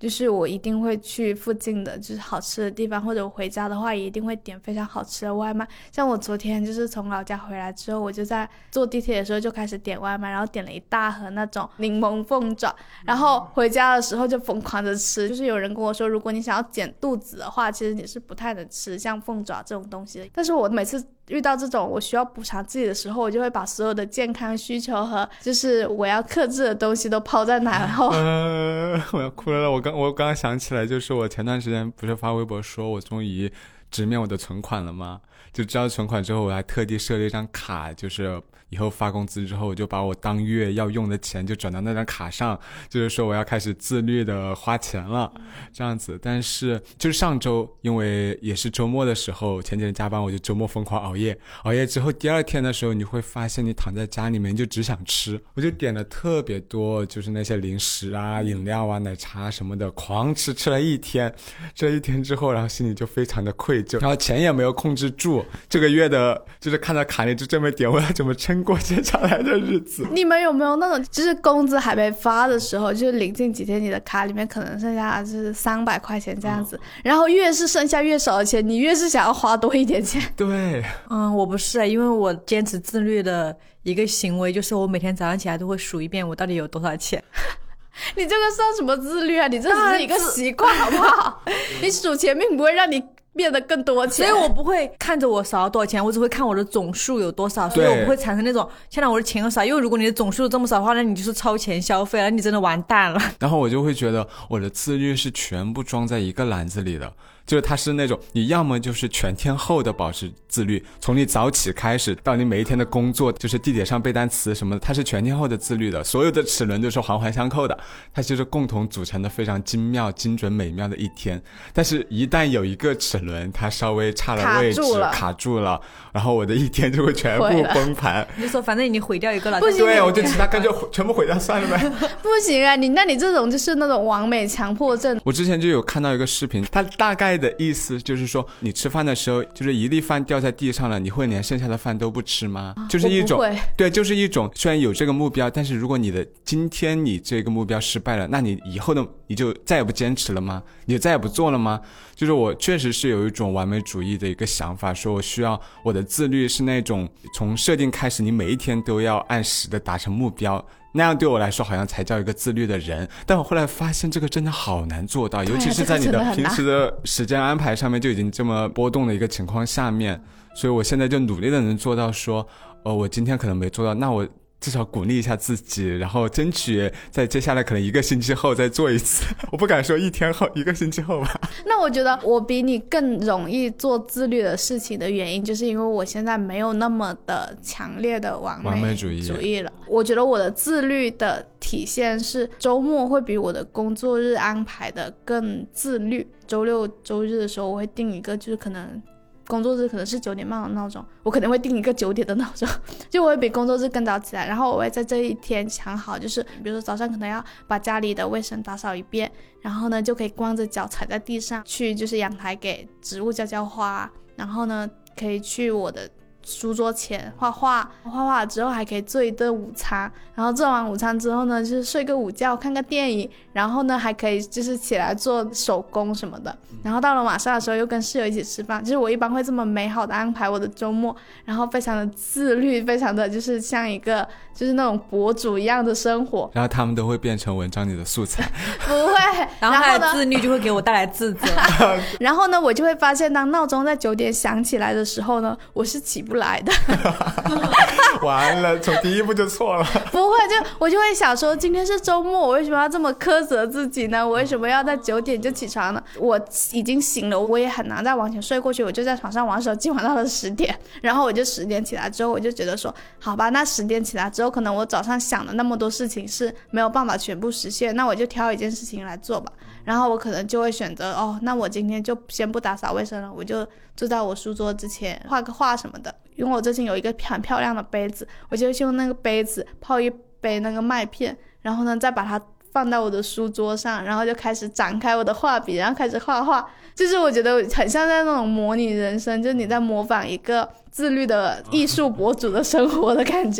就是我一定会去附近的就是好吃的地方，或者我回家的话也一定会点非常好吃的外卖。像我昨天就是从老家回来之后，我就在坐地铁的时候就开始点外卖，然后点了一大盒那种柠檬凤爪，然后回家的时候就疯狂的吃。就是有人跟我说，如果你想要减肚子的话，其实你是不太能吃像凤爪这种东西的。但是我每次遇到这种我需要补偿自己的时候，我就会把所有的健康需求和就是我要克制的东西都抛在脑后。 我要哭了。我刚刚想起来，就是我前段时间不是发微博说我终于直面我的存款了吗？就知道存款之后，我还特地设了一张卡，就是以后发工资之后，我就把我当月要用的钱就转到那张卡上，就是说我要开始自律的花钱了，这样子。但是就是上周，因为也是周末的时候，前几天加班，我就周末疯狂熬夜之后，第二天的时候，你会发现你躺在家里面就只想吃，我就点了特别多，就是那些零食啊、饮料啊、奶茶什么的，狂吃了一天。这一天之后，然后心里就非常的愧疚，然后钱也没有控制住，这个月的就是看到卡里就这么点，我要怎么撑过接下来的日子？ 你们有没有那种就是工资还没发的时候，就是临近几天你的卡里面可能剩下就是300块钱这样子，然后越是剩下越少的钱，你越是想要花多一点钱？ 对， 我不是，因为我坚持自律的一个行为就是我每天早上起来都会数一遍我到底有多少钱。 你这个算什么自律啊？你这只是一个习惯好不好？你数钱并不会让你变得更多钱， 所以我不会看着我少了多少钱，我只会看我的总数有多少，所以我不会产生那种天哪我的钱又少，因为如果你的总数这么少的话，那你就是超前消费了，你真的完蛋了。 然后我就会觉得我的自律是全部装在一个篮子里的，就是它是那种你要么就是全天候的保持自律，从你早起开始到你每一天的工作，就是地铁上背单词什么的，它是全天候的自律的，所有的齿轮都是环环相扣的，它就是共同组成的非常精妙、精准、美妙的一天。但是一旦有一个齿轮它稍微差了位置，卡住了，然后我的一天就会全部崩盘。 你就说反正已经毁掉一个了， 不行， 对，我就其他干脆全部毁掉算了呗。 不行啊，那你这种就是那种完美强迫症。 我之前就有看到一个视频，它大概的意思就是说，你吃饭的时候，就是一粒饭掉在地上了，你会连剩下的饭都不吃吗？就是一种，对，就是一种，虽然有这个目标，但是如果今天你这个目标失败了，那你以后的你就再也不坚持了吗？你就再也不做了吗？就是我确实是有一种完美主义的一个想法，说我需要我的自律是那种从设定开始，你每一天都要按时的达成目标。那样对我来说好像才叫一个自律的人，但我后来发现这个真的好难做到，尤其是在你的平时的时间安排上面就已经这么波动的一个情况下面，所以我现在就努力的能做到说，我今天可能没做到，那我至少鼓励一下自己，然后争取在接下来可能1个星期后再做一次。我不敢说1天后，1个星期后吧。 那我觉得我比你更容易做自律的事情的原因，就是因为我现在没有那么的强烈的完美主义了。我觉得我的自律的体现是周末会比我的工作日安排的更自律。周六周日的时候我会定一个，就是可能工作日可能是9点半的闹钟，我可能会定一个9点的闹钟，就我会比工作日更早起来，然后我会在这一天想好，就是比如说早上可能要把家里的卫生打扫一遍，然后呢就可以光着脚踩在地上去就是阳台给植物浇花，然后呢可以去我的书桌前画画之后还可以做一顿午餐，然后做完午餐之后呢就是睡个午觉看个电影，然后呢还可以就是起来做手工什么的，然后到了晚上的时候又跟室友一起吃饭。就是我一般会这么美好的安排我的周末，然后非常的自律，非常的就是像一个就是那种博主一样的生活， 然后他们都会变成文章里的素材。 不会然后他的自律就会给我带来自责。 然后呢我就会发现当闹钟在9点响起来的时候呢，我是起不来的。 完了，从第一步就错了。 不会，我就会想说今天是周末，我为什么要这么苛责自己呢？我为什么要在9点就起床呢？我已经醒了，我也很难再往前睡过去，我就在床上玩手机玩到了10点，然后我就10点起来之后，我就觉得说好吧，那10点起来之后可能我早上想的那么多事情是没有办法全部实现，那我就挑一件事情来做吧。然后我可能就会选择那我今天就先不打扫卫生了，我就坐在我书桌之前画个画什么的。因为我最近有一个很漂亮的杯子，我就用那个杯子泡一杯那个麦片，然后呢再把它放到我的书桌上，然后就开始展开我的画笔，然后开始画画。就是我觉得很像在那种模拟人生，就是你在模仿一个自律的艺术博主的生活的感觉。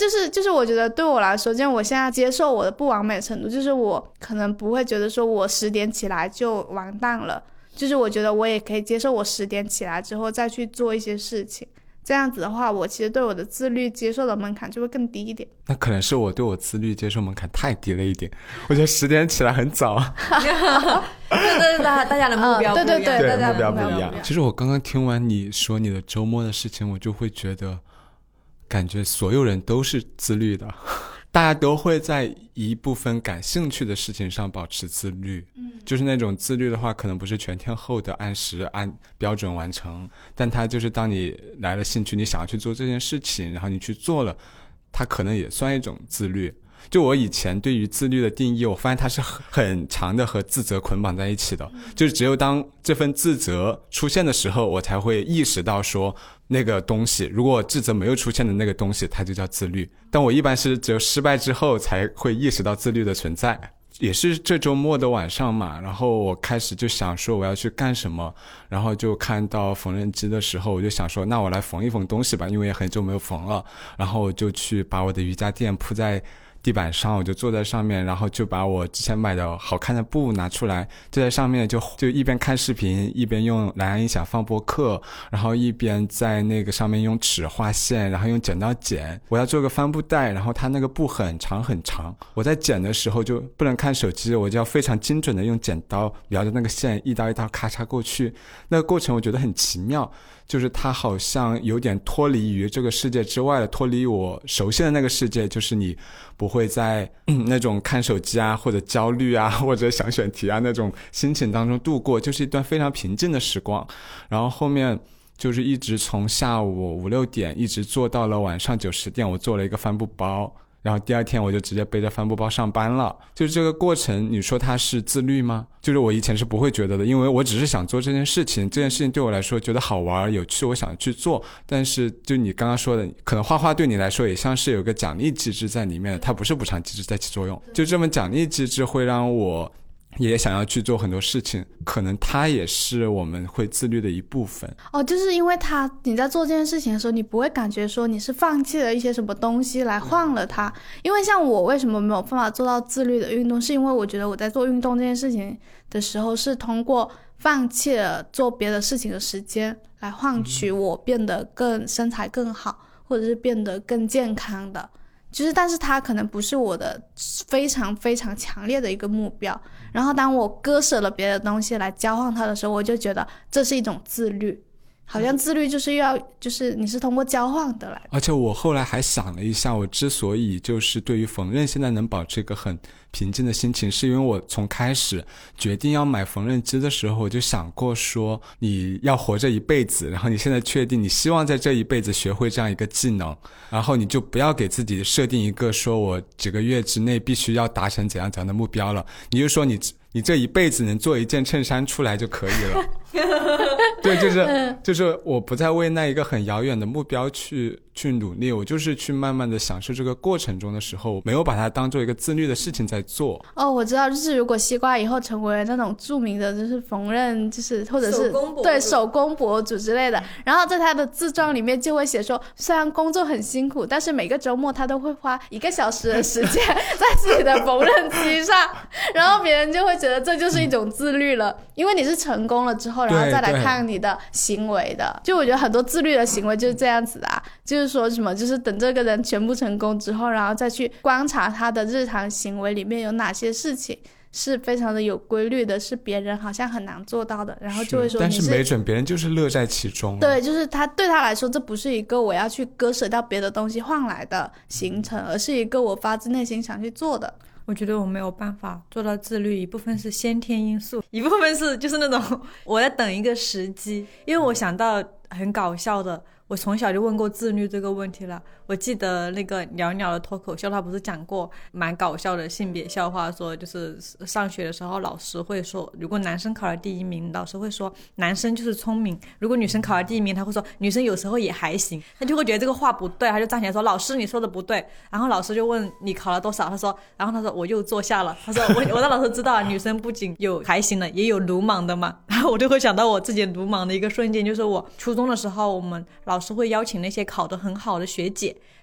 就是我觉得对我来说，就我现在接受我的不完美程度，就是我可能不会觉得说我10点起来就完蛋了，就是我觉得我也可以接受我10点起来之后再去做一些事情，这样子的话我其实对我的自律接受的门槛就会更低一点。 那可能是我对我自律接受门槛太低了一点，我觉得10点起来很早。 对，大家的目标不一样， 对大家目标不一样。其实我刚刚听完你说你的周末的事情，我就会觉得感觉所有人都是自律的，大家都会在一部分感兴趣的事情上保持自律。就是那种自律的话可能不是全天候的按时按标准完成，但它就是当你来了兴趣，你想要去做这件事情，然后你去做了，它可能也算一种自律。就我以前对于自律的定义，我发现它是很长的和自责捆绑在一起的，就是只有当这份自责出现的时候，我才会意识到说那个东西，如果自责没有出现的那个东西它就叫自律，但我一般是只有失败之后才会意识到自律的存在。也是这周末的晚上嘛，然后我开始就想说我要去干什么，然后就看到缝纫机的时候，我就想说那我来缝一缝东西吧，因为也很久没有缝了，然后我就去把我的瑜伽垫铺在地板上，我就坐在上面，然后就把我之前买的好看的布拿出来，就在上面就一边看视频，一边用蓝牙音响放播客，然后一边在那个上面用尺画线，然后用剪刀剪。我要做个帆布袋，然后它那个布很长很长，我在剪的时候就不能看手机，我就要非常精准的用剪刀描着那个线一刀一刀咔嚓过去。那个过程我觉得很奇妙，就是它好像有点脱离于这个世界之外的，脱离我熟悉的那个世界，就是你不会在那种看手机啊或者焦虑啊或者想选题啊那种心情当中度过，就是一段非常平静的时光。然后后面就是一直从下午5、6点一直做到了晚上9、10点，我做了一个帆布包，然后第二天我就直接背着帆布包上班了。就是这个过程，你说它是自律吗？就是我以前是不会觉得的，因为我只是想做这件事情，这件事情对我来说觉得好玩有趣，我想去做。但是就你刚刚说的，可能画画对你来说也像是有个奖励机制在里面的，它不是补偿机制在起作用，就这么奖励机制会让我也想要去做很多事情，可能它也是我们会自律的一部分。 就是因为你在做这件事情的时候，你不会感觉说你是放弃了一些什么东西来换了它。因为像我为什么没有办法做到自律的运动，是因为我觉得我在做运动这件事情的时候，是通过放弃了做别的事情的时间来换取我变得身材更好，或者是变得更健康的。但是它可能不是我的非常非常强烈的一个目标，然后当我割舍了别的东西来交换它的时候，我就觉得这是一种自律，好像自律就是你是通过交换的来。 而且我后来还想了一下，我之所以就是对于缝纫现在能保持一个很平静的心情，是因为我从开始决定要买缝纫机的时候，我就想过说你要活着一辈子，然后你现在确定你希望在这一辈子学会这样一个技能，然后你就不要给自己设定一个说我几个月之内必须要达成怎样怎样的目标了，你就说你这一辈子能做一件衬衫出来就可以了。对，就是我不再为那一个很遥远的目标去努力，我就是去慢慢的享受这个过程中的时候，没有把它当做一个自律的事情在做。 我知道，就是如果西瓜以后成为那种著名的就是缝纫，就是或者是手工博主之类的，然后在他的自传里面就会写说，虽然工作很辛苦，但是每个周末他都会花1个小时的时间在自己的缝纫机上，然后别人就会觉得这就是一种自律了，因为你是成功了之后，然后再来看你的行为的。就我觉得很多自律的行为就是这样子的啊，就是说什么，就是等这个人全部成功之后，然后再去观察他的日常行为里面有哪些事情是非常的有规律的，是别人好像很难做到的，然后就会说但是没准别人就是乐在其中。 对，就是对他来说这不是一个我要去割舍掉别的东西换来的行程，而是一个我发自内心想去做的。 我觉得我没有办法做到自律，一部分是先天因素，一部分是就是那种我在等一个时机。因为我想到很搞笑的，我从小就问过自律这个问题了。我记得那个袅袅的脱口秀，他不是讲过蛮搞笑的性别笑话，说就是上学的时候老师会说，如果男生考了第1名，老师会说男生就是聪明；如果女生考了第1名，他会说女生有时候也还行。他就会觉得这个话不对，他就站起来说老师你说的不对。然后老师就问你考了多少，然后他说我又坐下了。他说我的老师知道女生不仅有还行的，也有鲁莽的嘛。然后我就会想到我自己鲁莽的一个瞬间，就是我初中的时候，我们老师会邀请那些考得很好的学姐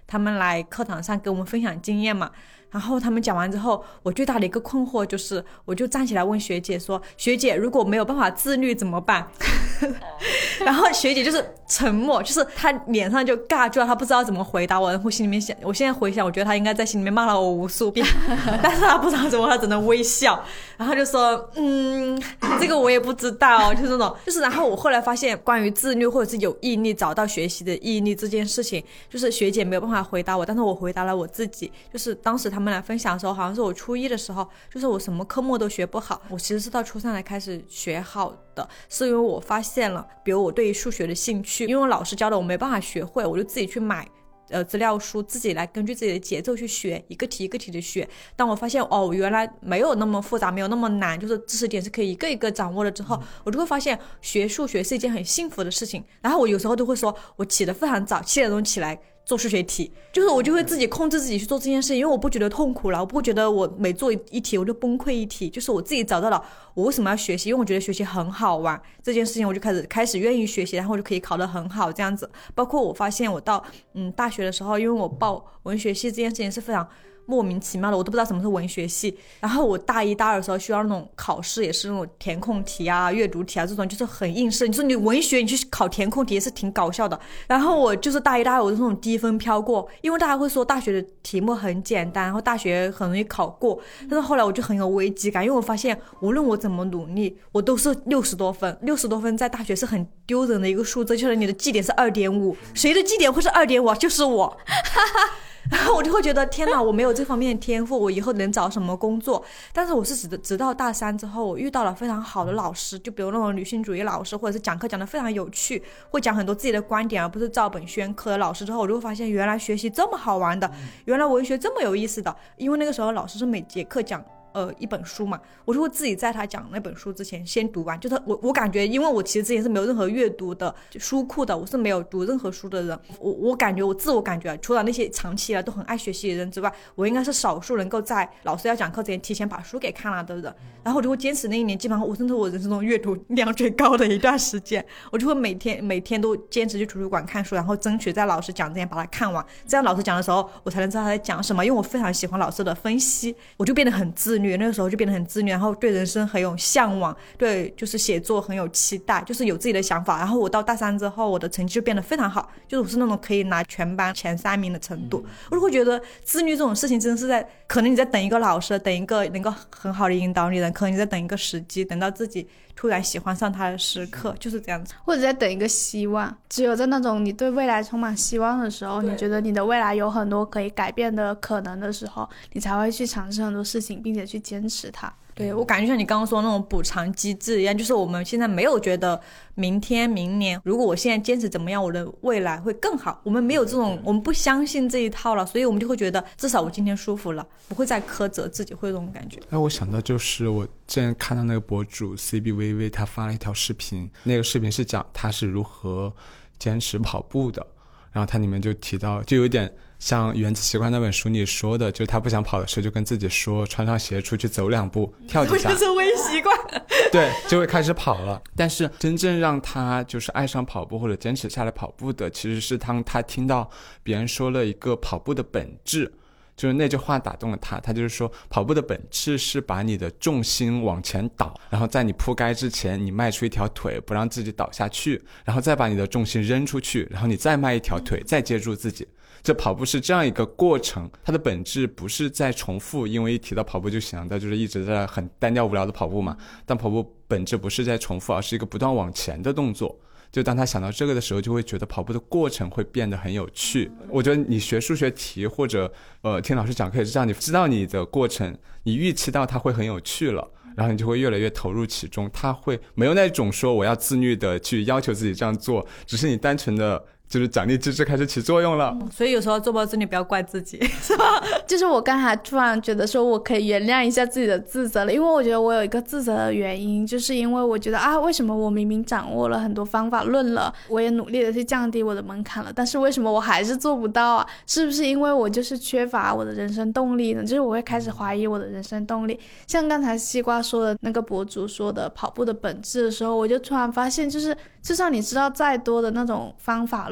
他们来课堂上给我们分享经验嘛。然后他们讲完之后，我最大的一个困惑就是，我就站起来问学姐说：“学姐，如果没有办法自律怎么办？”然后学姐就是沉默，就是她脸上就尬住了，她不知道怎么回答我。然后心里面想，我现在回想，我觉得她应该在心里面骂了我无数遍，但是她不知道怎么，她只能微笑。然后就说：“这个我也不知道。”就是那种，就是然后我后来发现，关于自律或者是有毅力找到学习的毅力这件事情，就是学姐没有办法回答我，但是我回答了我自己。就是当时他们来分享的时候，好像是我初一的时候，就是我什么科目都学不好，我其实是到初三才开始学好的，是因为我发现了，比如我对于数学的兴趣，因为我老师教的我没办法学会，我就自己去买资料书，自己来根据自己的节奏去学，一个题一个题的学。当我发现原来没有那么复杂，没有那么难，就是知识点是可以一个一个掌握了之后，我就会发现学数学是一件很幸福的事情。然后我有时候都会说，我起得非常早，7点钟起来做数学题，就是我就会自己控制自己去做这件事情，因为我不觉得痛苦了，我不觉得我每做一题我就崩溃一题，就是我自己找到了我为什么要学习，因为我觉得学习很好玩，这件事情我就开始愿意学习，然后我就可以考得很好这样子。包括我发现我到大学的时候，因为我报文学系这件事情是非常莫名其妙的，我都不知道什么是文学系。然后我大一大二的时候需要那种考试，也是那种填空题啊、阅读题啊，这种就是很应试。你说你文学你去考填空题也是挺搞笑的。然后我就是大一大二我是那种低分飘过，因为大家会说大学的题目很简单，然后大学很容易考过。但是后来我就很有危机感，因为我发现无论我怎么努力，我都是60多分，60多分在大学是很丢人的一个数字，就是你的绩点是2.5，谁的绩点会是2.5？就是我。然后我就会觉得天哪，我没有这方面的天赋，我以后能找什么工作？但是我是直到大3之后，我遇到了非常好的老师，就比如那种女性主义老师，或者是讲课讲得非常有趣，会讲很多自己的观点，而不是照本宣科的老师之后，我就会发现原来学习这么好玩的，原来文学这么有意思的。因为那个时候老师是每节课讲一本书嘛，我就会自己在他讲那本书之前先读完。就是我感觉，因为我其实之前是没有任何阅读的书库的，我是没有读任何书的人。我感觉我自我感觉，除了那些长期以来都很爱学习的人之外，我应该是少数能够在老师要讲课之前提前把书给看了的人。然后我就会坚持那一年，基本上我甚至我人生中阅读量最高的一段时间，我就会每天都坚持去图书馆看书，然后争取在老师讲之前把它看完。这样老师讲的时候，我才能知道他在讲什么。因为我非常喜欢老师的分析，我就变得很自律。那个时候就变得很自律，然后对人生很有向往，对就是写作很有期待，就是有自己的想法。然后我到大3之后，我的成绩就变得非常好，就是我是那种可以拿全班前3名的程度。我就会觉得自律这种事情真的是可能你在等一个老师，等一个能够很好的引导你的人，可能你在等一个时机，等到自己突然喜欢上他的时刻，就是这样子。 或者在等一个希望，只有在那种你对未来充满希望的时候，你觉得你的未来有很多可以改变的可能的时候，你才会去尝试很多事情，并且去坚持它。 对，我感觉像你刚刚说那种补偿机制一样，就是我们现在没有觉得明年如果我现在坚持怎么样，我的未来会更好，我们没有这种，我们不相信这一套了，所以我们就会觉得至少我今天舒服了，不会再苛责自己，会有这种感觉。 我想到就是我之前看到那个博主 CBVV 他发了一条视频，那个视频是讲他是如何坚持跑步的，然后他里面就提到，就有点像《原子习惯》那本书里说的，就是他不想跑的时候就跟自己说，穿上鞋出去走2步，跳几下， 这是微习惯对，就会开始跑了。但是真正让他就是爱上跑步或者坚持下来跑步的，其实是当他听到别人说了一个跑步的本质，就是那句话打动了他。他就是说，跑步的本质是把你的重心往前倒，然后在你扑街之前你迈出一条腿，不让自己倒下去，然后再把你的重心扔出去，然后你再迈一条腿，再接住自己。这跑步是这样一个过程，它的本质不是在重复，因为一提到跑步就想到就是一直在很单调无聊的跑步嘛。但跑步本质不是在重复，而是一个不断往前的动作。就当他想到这个的时候，就会觉得跑步的过程会变得很有趣。我觉得你学数学题或者听老师讲课也是这样，你知道你的过程，你预期到它会很有趣了，然后你就会越来越投入其中。它会没有那种说我要自律的去要求自己这样做，只是你单纯的就是奖励机制开始起作用了。 所以有时候做不到自律不要怪自己，是吧？ 就是我刚才突然觉得说我可以原谅一下自己的自责了，因为我觉得我有一个自责的原因，就是因为我觉得为什么我明明掌握了很多方法论了，我也努力的去降低我的门槛了，但是为什么我还是做不到啊？是不是因为我就是缺乏我的人生动力呢？就是我会开始怀疑我的人生动力。像刚才西瓜说的那个博主说的跑步的本质的时候，我就突然发现，就是就算你知道再多的那种方法论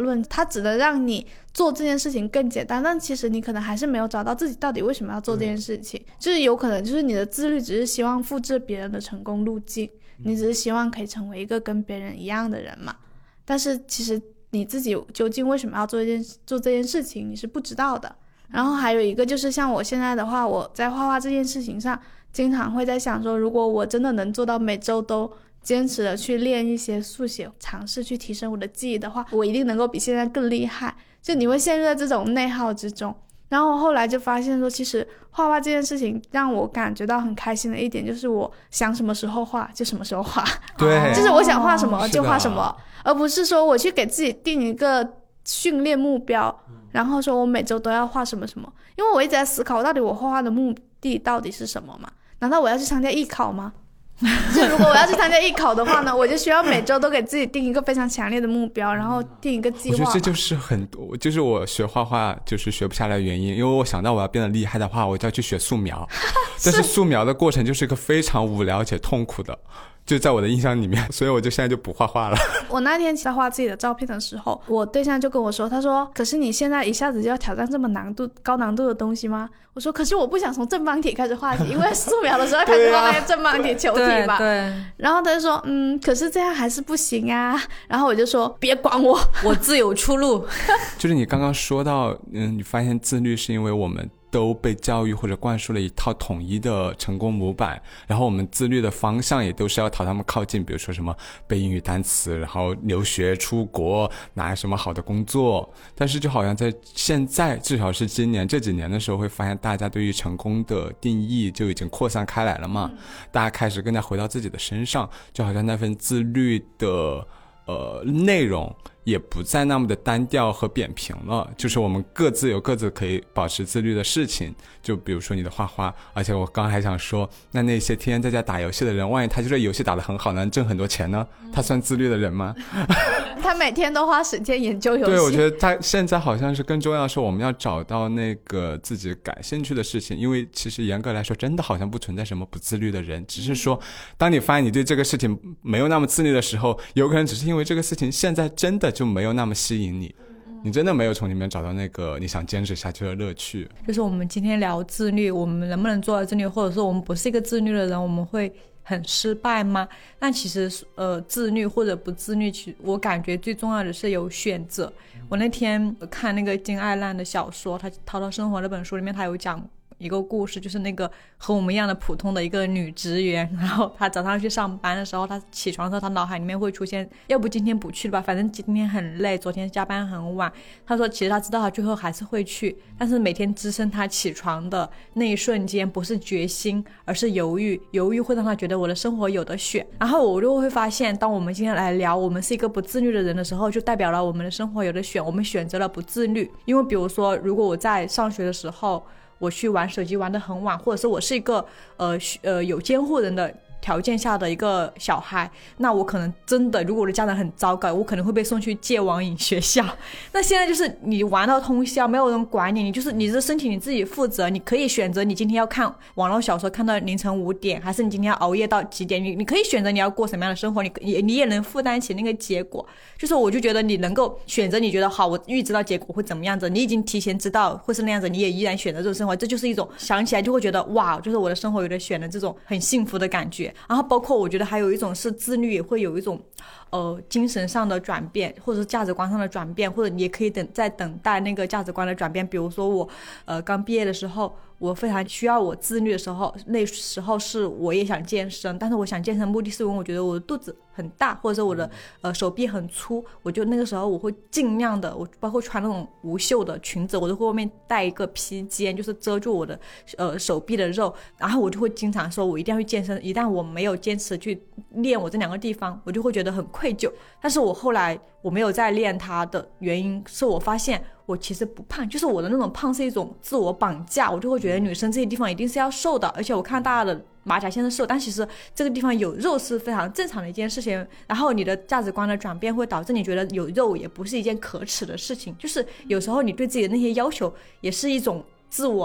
论，它只能让你做这件事情更简单，但其实你可能还是没有找到自己到底为什么要做这件事情。就是有可能就是你的自律只是希望复制别人的成功路径，你只是希望可以成为一个跟别人一样的人嘛，但是其实你自己究竟为什么要做这件事情你是不知道的。然后还有一个就是像我现在的话，我在画画这件事情上经常会在想说，如果我真的能做到每周都坚持的去练一些速写，尝试去提升我的记忆的话，我一定能够比现在更厉害。就你会陷入在这种内耗之中。然后后来就发现说，其实画画这件事情让我感觉到很开心的一点就是我想什么时候画就什么时候画， 对， 就是我想画什么就画什么，而不是说我去给自己定一个训练目标，然后说我每周都要画什么什么。因为我一直在思考到底我画画的目的到底是什么嘛？难道我要去参加艺考吗？就如果我要去参加艺考的话呢，我就需要每周都给自己定一个非常强烈的目标，然后定一个计划。 我觉得这就是很多，就是我学画画就是学不下来的原因，因为我想到我要变得厉害的话，我就要去学素描，但是素描的过程就是一个非常无聊且痛苦的，就在我的印象里面，所以我就现在就不画画了。 我那天在画自己的照片的时候，我对象就跟我说，他说可是你现在一下子就要挑战这么高难度的东西吗？我说可是我不想从正方体开始画起，因为素描的时候开始画那个正方体球体嘛。 对， 然后他就说可是这样还是不行啊。然后我就说别管我， 我自有出路。 就是你刚刚说到你发现自律是因为我们都被教育或者灌输了一套统一的成功模板，然后我们自律的方向也都是要朝他们靠近，比如说什么背英语单词，然后留学出国，拿什么好的工作。但是就好像在现在，至少是今年这几年的时候，会发现大家对于成功的定义就已经扩散开来了嘛，大家开始更加回到自己的身上，就好像那份自律的内容也不再那么的单调和扁平了，就是我们各自有各自可以保持自律的事情，就比如说你的画画。而且我刚刚还想说，那些天天在家打游戏的人，万一他就是游戏打得很好，能挣很多钱呢，他算自律的人吗？ 他每天都花时间研究游戏。 对，我觉得他现在好像是更重要的是我们要找到那个自己感兴趣的事情，因为其实严格来说真的好像不存在什么不自律的人，只是说当你发现你对这个事情没有那么自律的时候，有可能只是因为这个事情现在真的就没有那么吸引你，你真的没有从里面找到那个你想坚持下去的乐趣。就是我们今天聊自律，我们能不能做到自律，或者说我们不是一个自律的人，我们会很失败吗？但其实自律或者不自律，我感觉最重要的是有选择。我那天看那个金爱烂的小说，他《淘淘生活》那本书里面，他有讲一个故事，就是那个和我们一样的普通的一个女职员，然后她早上去上班的时候，她起床的时候，她脑海里面会出现，要不今天不去了吧，反正今天很累，昨天加班很晚。她说其实她知道她最后还是会去，但是每天支撑她起床的那一瞬间不是决心，而是犹豫，犹豫会让她觉得我的生活有得选。然后我就会发现，当我们今天来聊我们是一个不自律的人的时候，就代表了我们的生活有得选，我们选择了不自律。因为比如说如果我在上学的时候我去玩手机玩得很晚，或者是我是一个有监护人的条件下的一个小孩，那我可能真的，如果我的家长很糟糕，我可能会被送去戒网瘾学校。那现在就是你玩到通宵，没有人管你，你的身体你自己负责，你可以选择你今天要看网络小说看到凌晨5点，还是你今天要熬夜到几点，你可以选择你要过什么样的生活，你也能负担起那个结果。就是我就觉得你能够选择，你觉得好，我预知到结果会怎么样子，你已经提前知道会是那样子，你也依然选择这种生活，这就是一种想起来就会觉得哇，就是我的生活有点选的这种很幸福的感觉。然后包括我觉得还有一种是自律，也会有一种精神上的转变，或者是价值观上的转变，或者你也可以在等待那个价值观的转变。比如说我刚毕业的时候，我非常需要我自律的时候，那时候是我也想健身，但是我想健身目的是因为我觉得我的肚子很大，或者是我的手臂很粗，我就那个时候我会尽量的，我包括穿那种无袖的裙子，我都会外面带一个披肩，就是遮住我的手臂的肉。然后我就会经常说我一定要去健身，一旦我没有坚持去练我这2个地方，我就会觉得很愧疚。但是我后来我没有再练它的原因是我发现我其实不胖，就是我的那种胖是一种自我绑架，我就会觉得女生这些地方一定是要瘦的，而且我看大家的马甲线是瘦，但其实这个地方有肉是非常正常的一件事情。然后你的价值观的转变会导致你觉得有肉也不是一件可耻的事情，就是有时候你对自己的那些要求也是一种自我的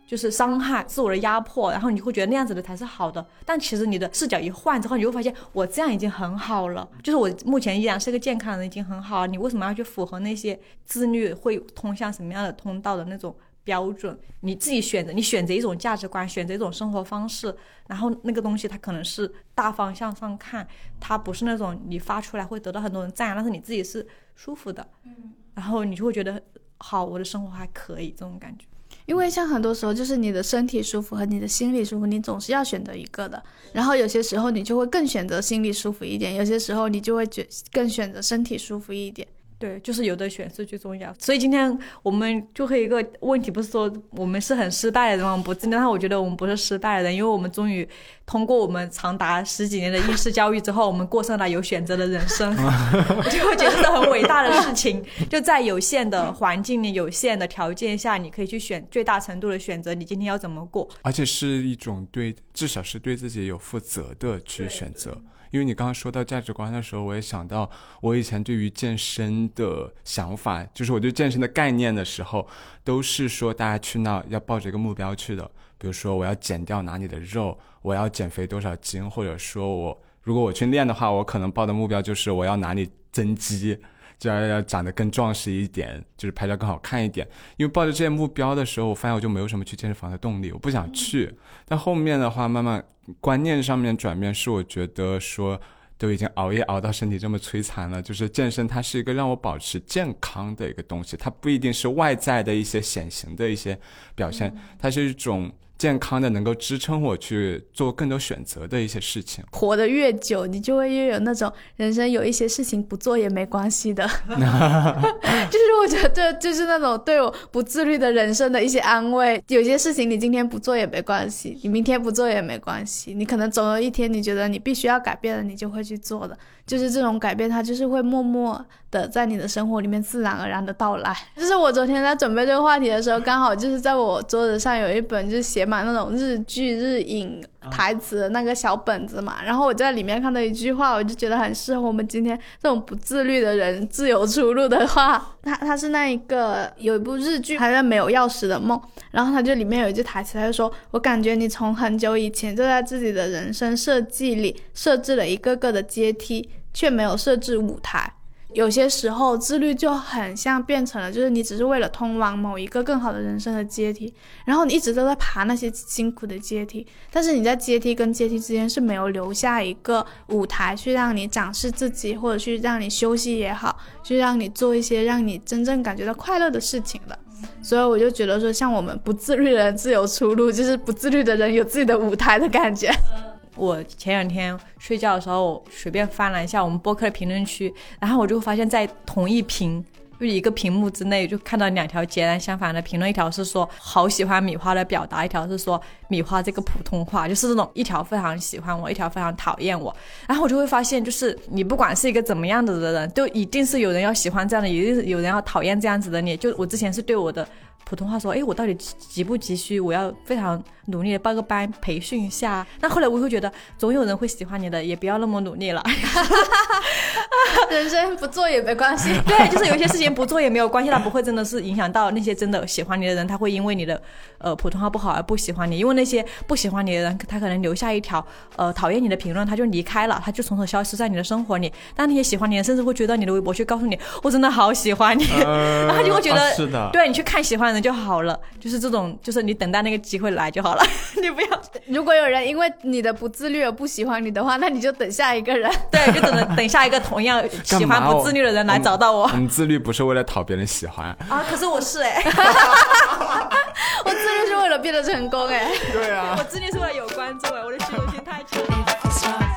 就是伤害、自我的压迫，然后你会觉得那样子的才是好的。但其实你的视角一换之后，你会发现我这样已经很好了，就是我目前依然是个健康的人，已经很好了。你为什么要去符合那些自律会通向什么样的通道的那种标准？你自己选择，你选择一种价值观，选择一种生活方式，然后那个东西它可能是大方向上看，它不是那种你发出来会得到很多人赞扬，但是你自己是舒服的，然后你就会觉得好，我的生活还可以，这种感觉。 因为像很多时候就是你的身体舒服和你的心理舒服，你总是要选择一个的，然后有些时候你就会更选择心理舒服一点，有些时候你就会更选择身体舒服一点。 对，就是有的选是最重要。所以今天我们就会有一个问题，不是说我们是很失败的人，我们不自律，但我觉得我们不是失败的人，因为我们终于通过我们长达10几年的应试教育之后，我们过上了有选择的人生。我就会觉得是很伟大的事情，就在有限的环境里、有限的条件下，你可以去选最大程度的选择你今天要怎么过， 而且是一种至少是对自己有负责的去选择。因为你刚刚说到价值观的时候，我也想到我以前对于健身的想法，就是我对健身的概念的时候，都是说大家去那要抱着一个目标去的，比如说我要减掉哪里的肉，我要减肥多少斤，或者说如果我去练的话，我可能抱的目标就是我要哪里增肌，就要长得更壮实一点，就是拍照更好看一点。因为抱着这些目标的时候，我发现我就没有什么去健身房的动力，我不想去。但后面的话慢慢观念上面转变，是我觉得说都已经熬夜熬到身体这么摧残了，就是健身它是一个让我保持健康的一个东西，它不一定是外在的一些显形的一些表现，它是一种健康的能够支撑我去做更多选择的一些事情。 活得越久，你就会越有那种人生有一些事情不做也没关系的就是我觉得这就是那种对我不自律的人生的一些安慰。有些事情你今天不做也没关系，你明天不做也没关系，你可能总有一天你觉得你必须要改变了，你就会去做的。就是这种改变它就是会默默的在你的生活里面自然而然的到来。就是我昨天在准备这个话题的时候，刚好就是在我桌子上有一本就是写满那种日剧日影台词的那个小本子嘛，然后我在里面看到一句话，我就觉得很适合我们今天这种不自律的人自由出入的话。他是那一个有一部日剧，它叫没有钥匙的梦，然后它就里面有一句台词，他就说我感觉你从很久以前就在自己的人生设计里设置了一个个的阶梯，却没有设置舞台。有些时候自律就很像变成了就是你只是为了通往某一个更好的人生的阶梯，然后你一直都在爬那些辛苦的阶梯，但是你在阶梯跟阶梯之间是没有留下一个舞台去让你展示自己，或者去让你休息也好，去让你做一些让你真正感觉到快乐的事情的。所以我就觉得说像我们不自律的人自由出路，就是不自律的人有自己的舞台的感觉。 我前两天睡觉的时候，我随便翻了一下我们播客的评论区，然后我就发现在同一屏就一个屏幕之内就看到2条截然相反的评论，一条是说好喜欢米花的表达，一条是说米花这个普通话，就是这种一条非常喜欢我，一条非常讨厌我。然后我就会发现，就是你不管是一个怎么样的人，都一定是有人要喜欢这样的，一定是有人要讨厌这样子的你。就我之前是对我的普通话说，我到底急不急需，我要非常努力的报个班培训一下。那后来我会觉得总有人会喜欢你的，也不要那么努力了人生不做也没关系对，就是有一些事情不做也没有关系，它不会真的是影响到那些真的喜欢你的人，他会因为你的普通话不好而不喜欢你。因为那些不喜欢你的人，他可能留下一条讨厌你的评论，他就离开了，他就从此消失在你的生活里。但那些喜欢你的人甚至会追到你的微博去告诉你我真的好喜欢你然后就会觉得、 是的， 对，你去看喜欢的人就好了，就是这种，就是你等待那个机会来就好了你不要， 如果有人因为你的不自律而不喜欢你的话，那你就等下一个人对，就等下一个同样喜欢不自律的人来找到我。 我们自律不是为了讨别人喜欢啊，可是我是我自律是为了变得成功对啊， 我自律是为了有关注我的虚荣心太强了。 Start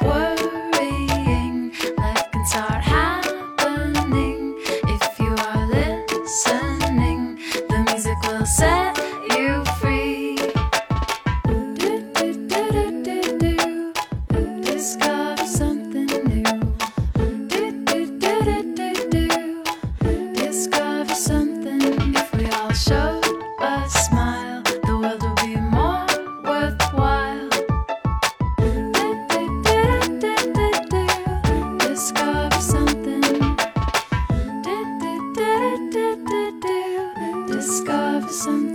worrying, life can start happening. If you are listening, the music will set you free. Discover something new. Discover something. If we all showed a smile, the world would be more worthwhile. Discover something. Discover something.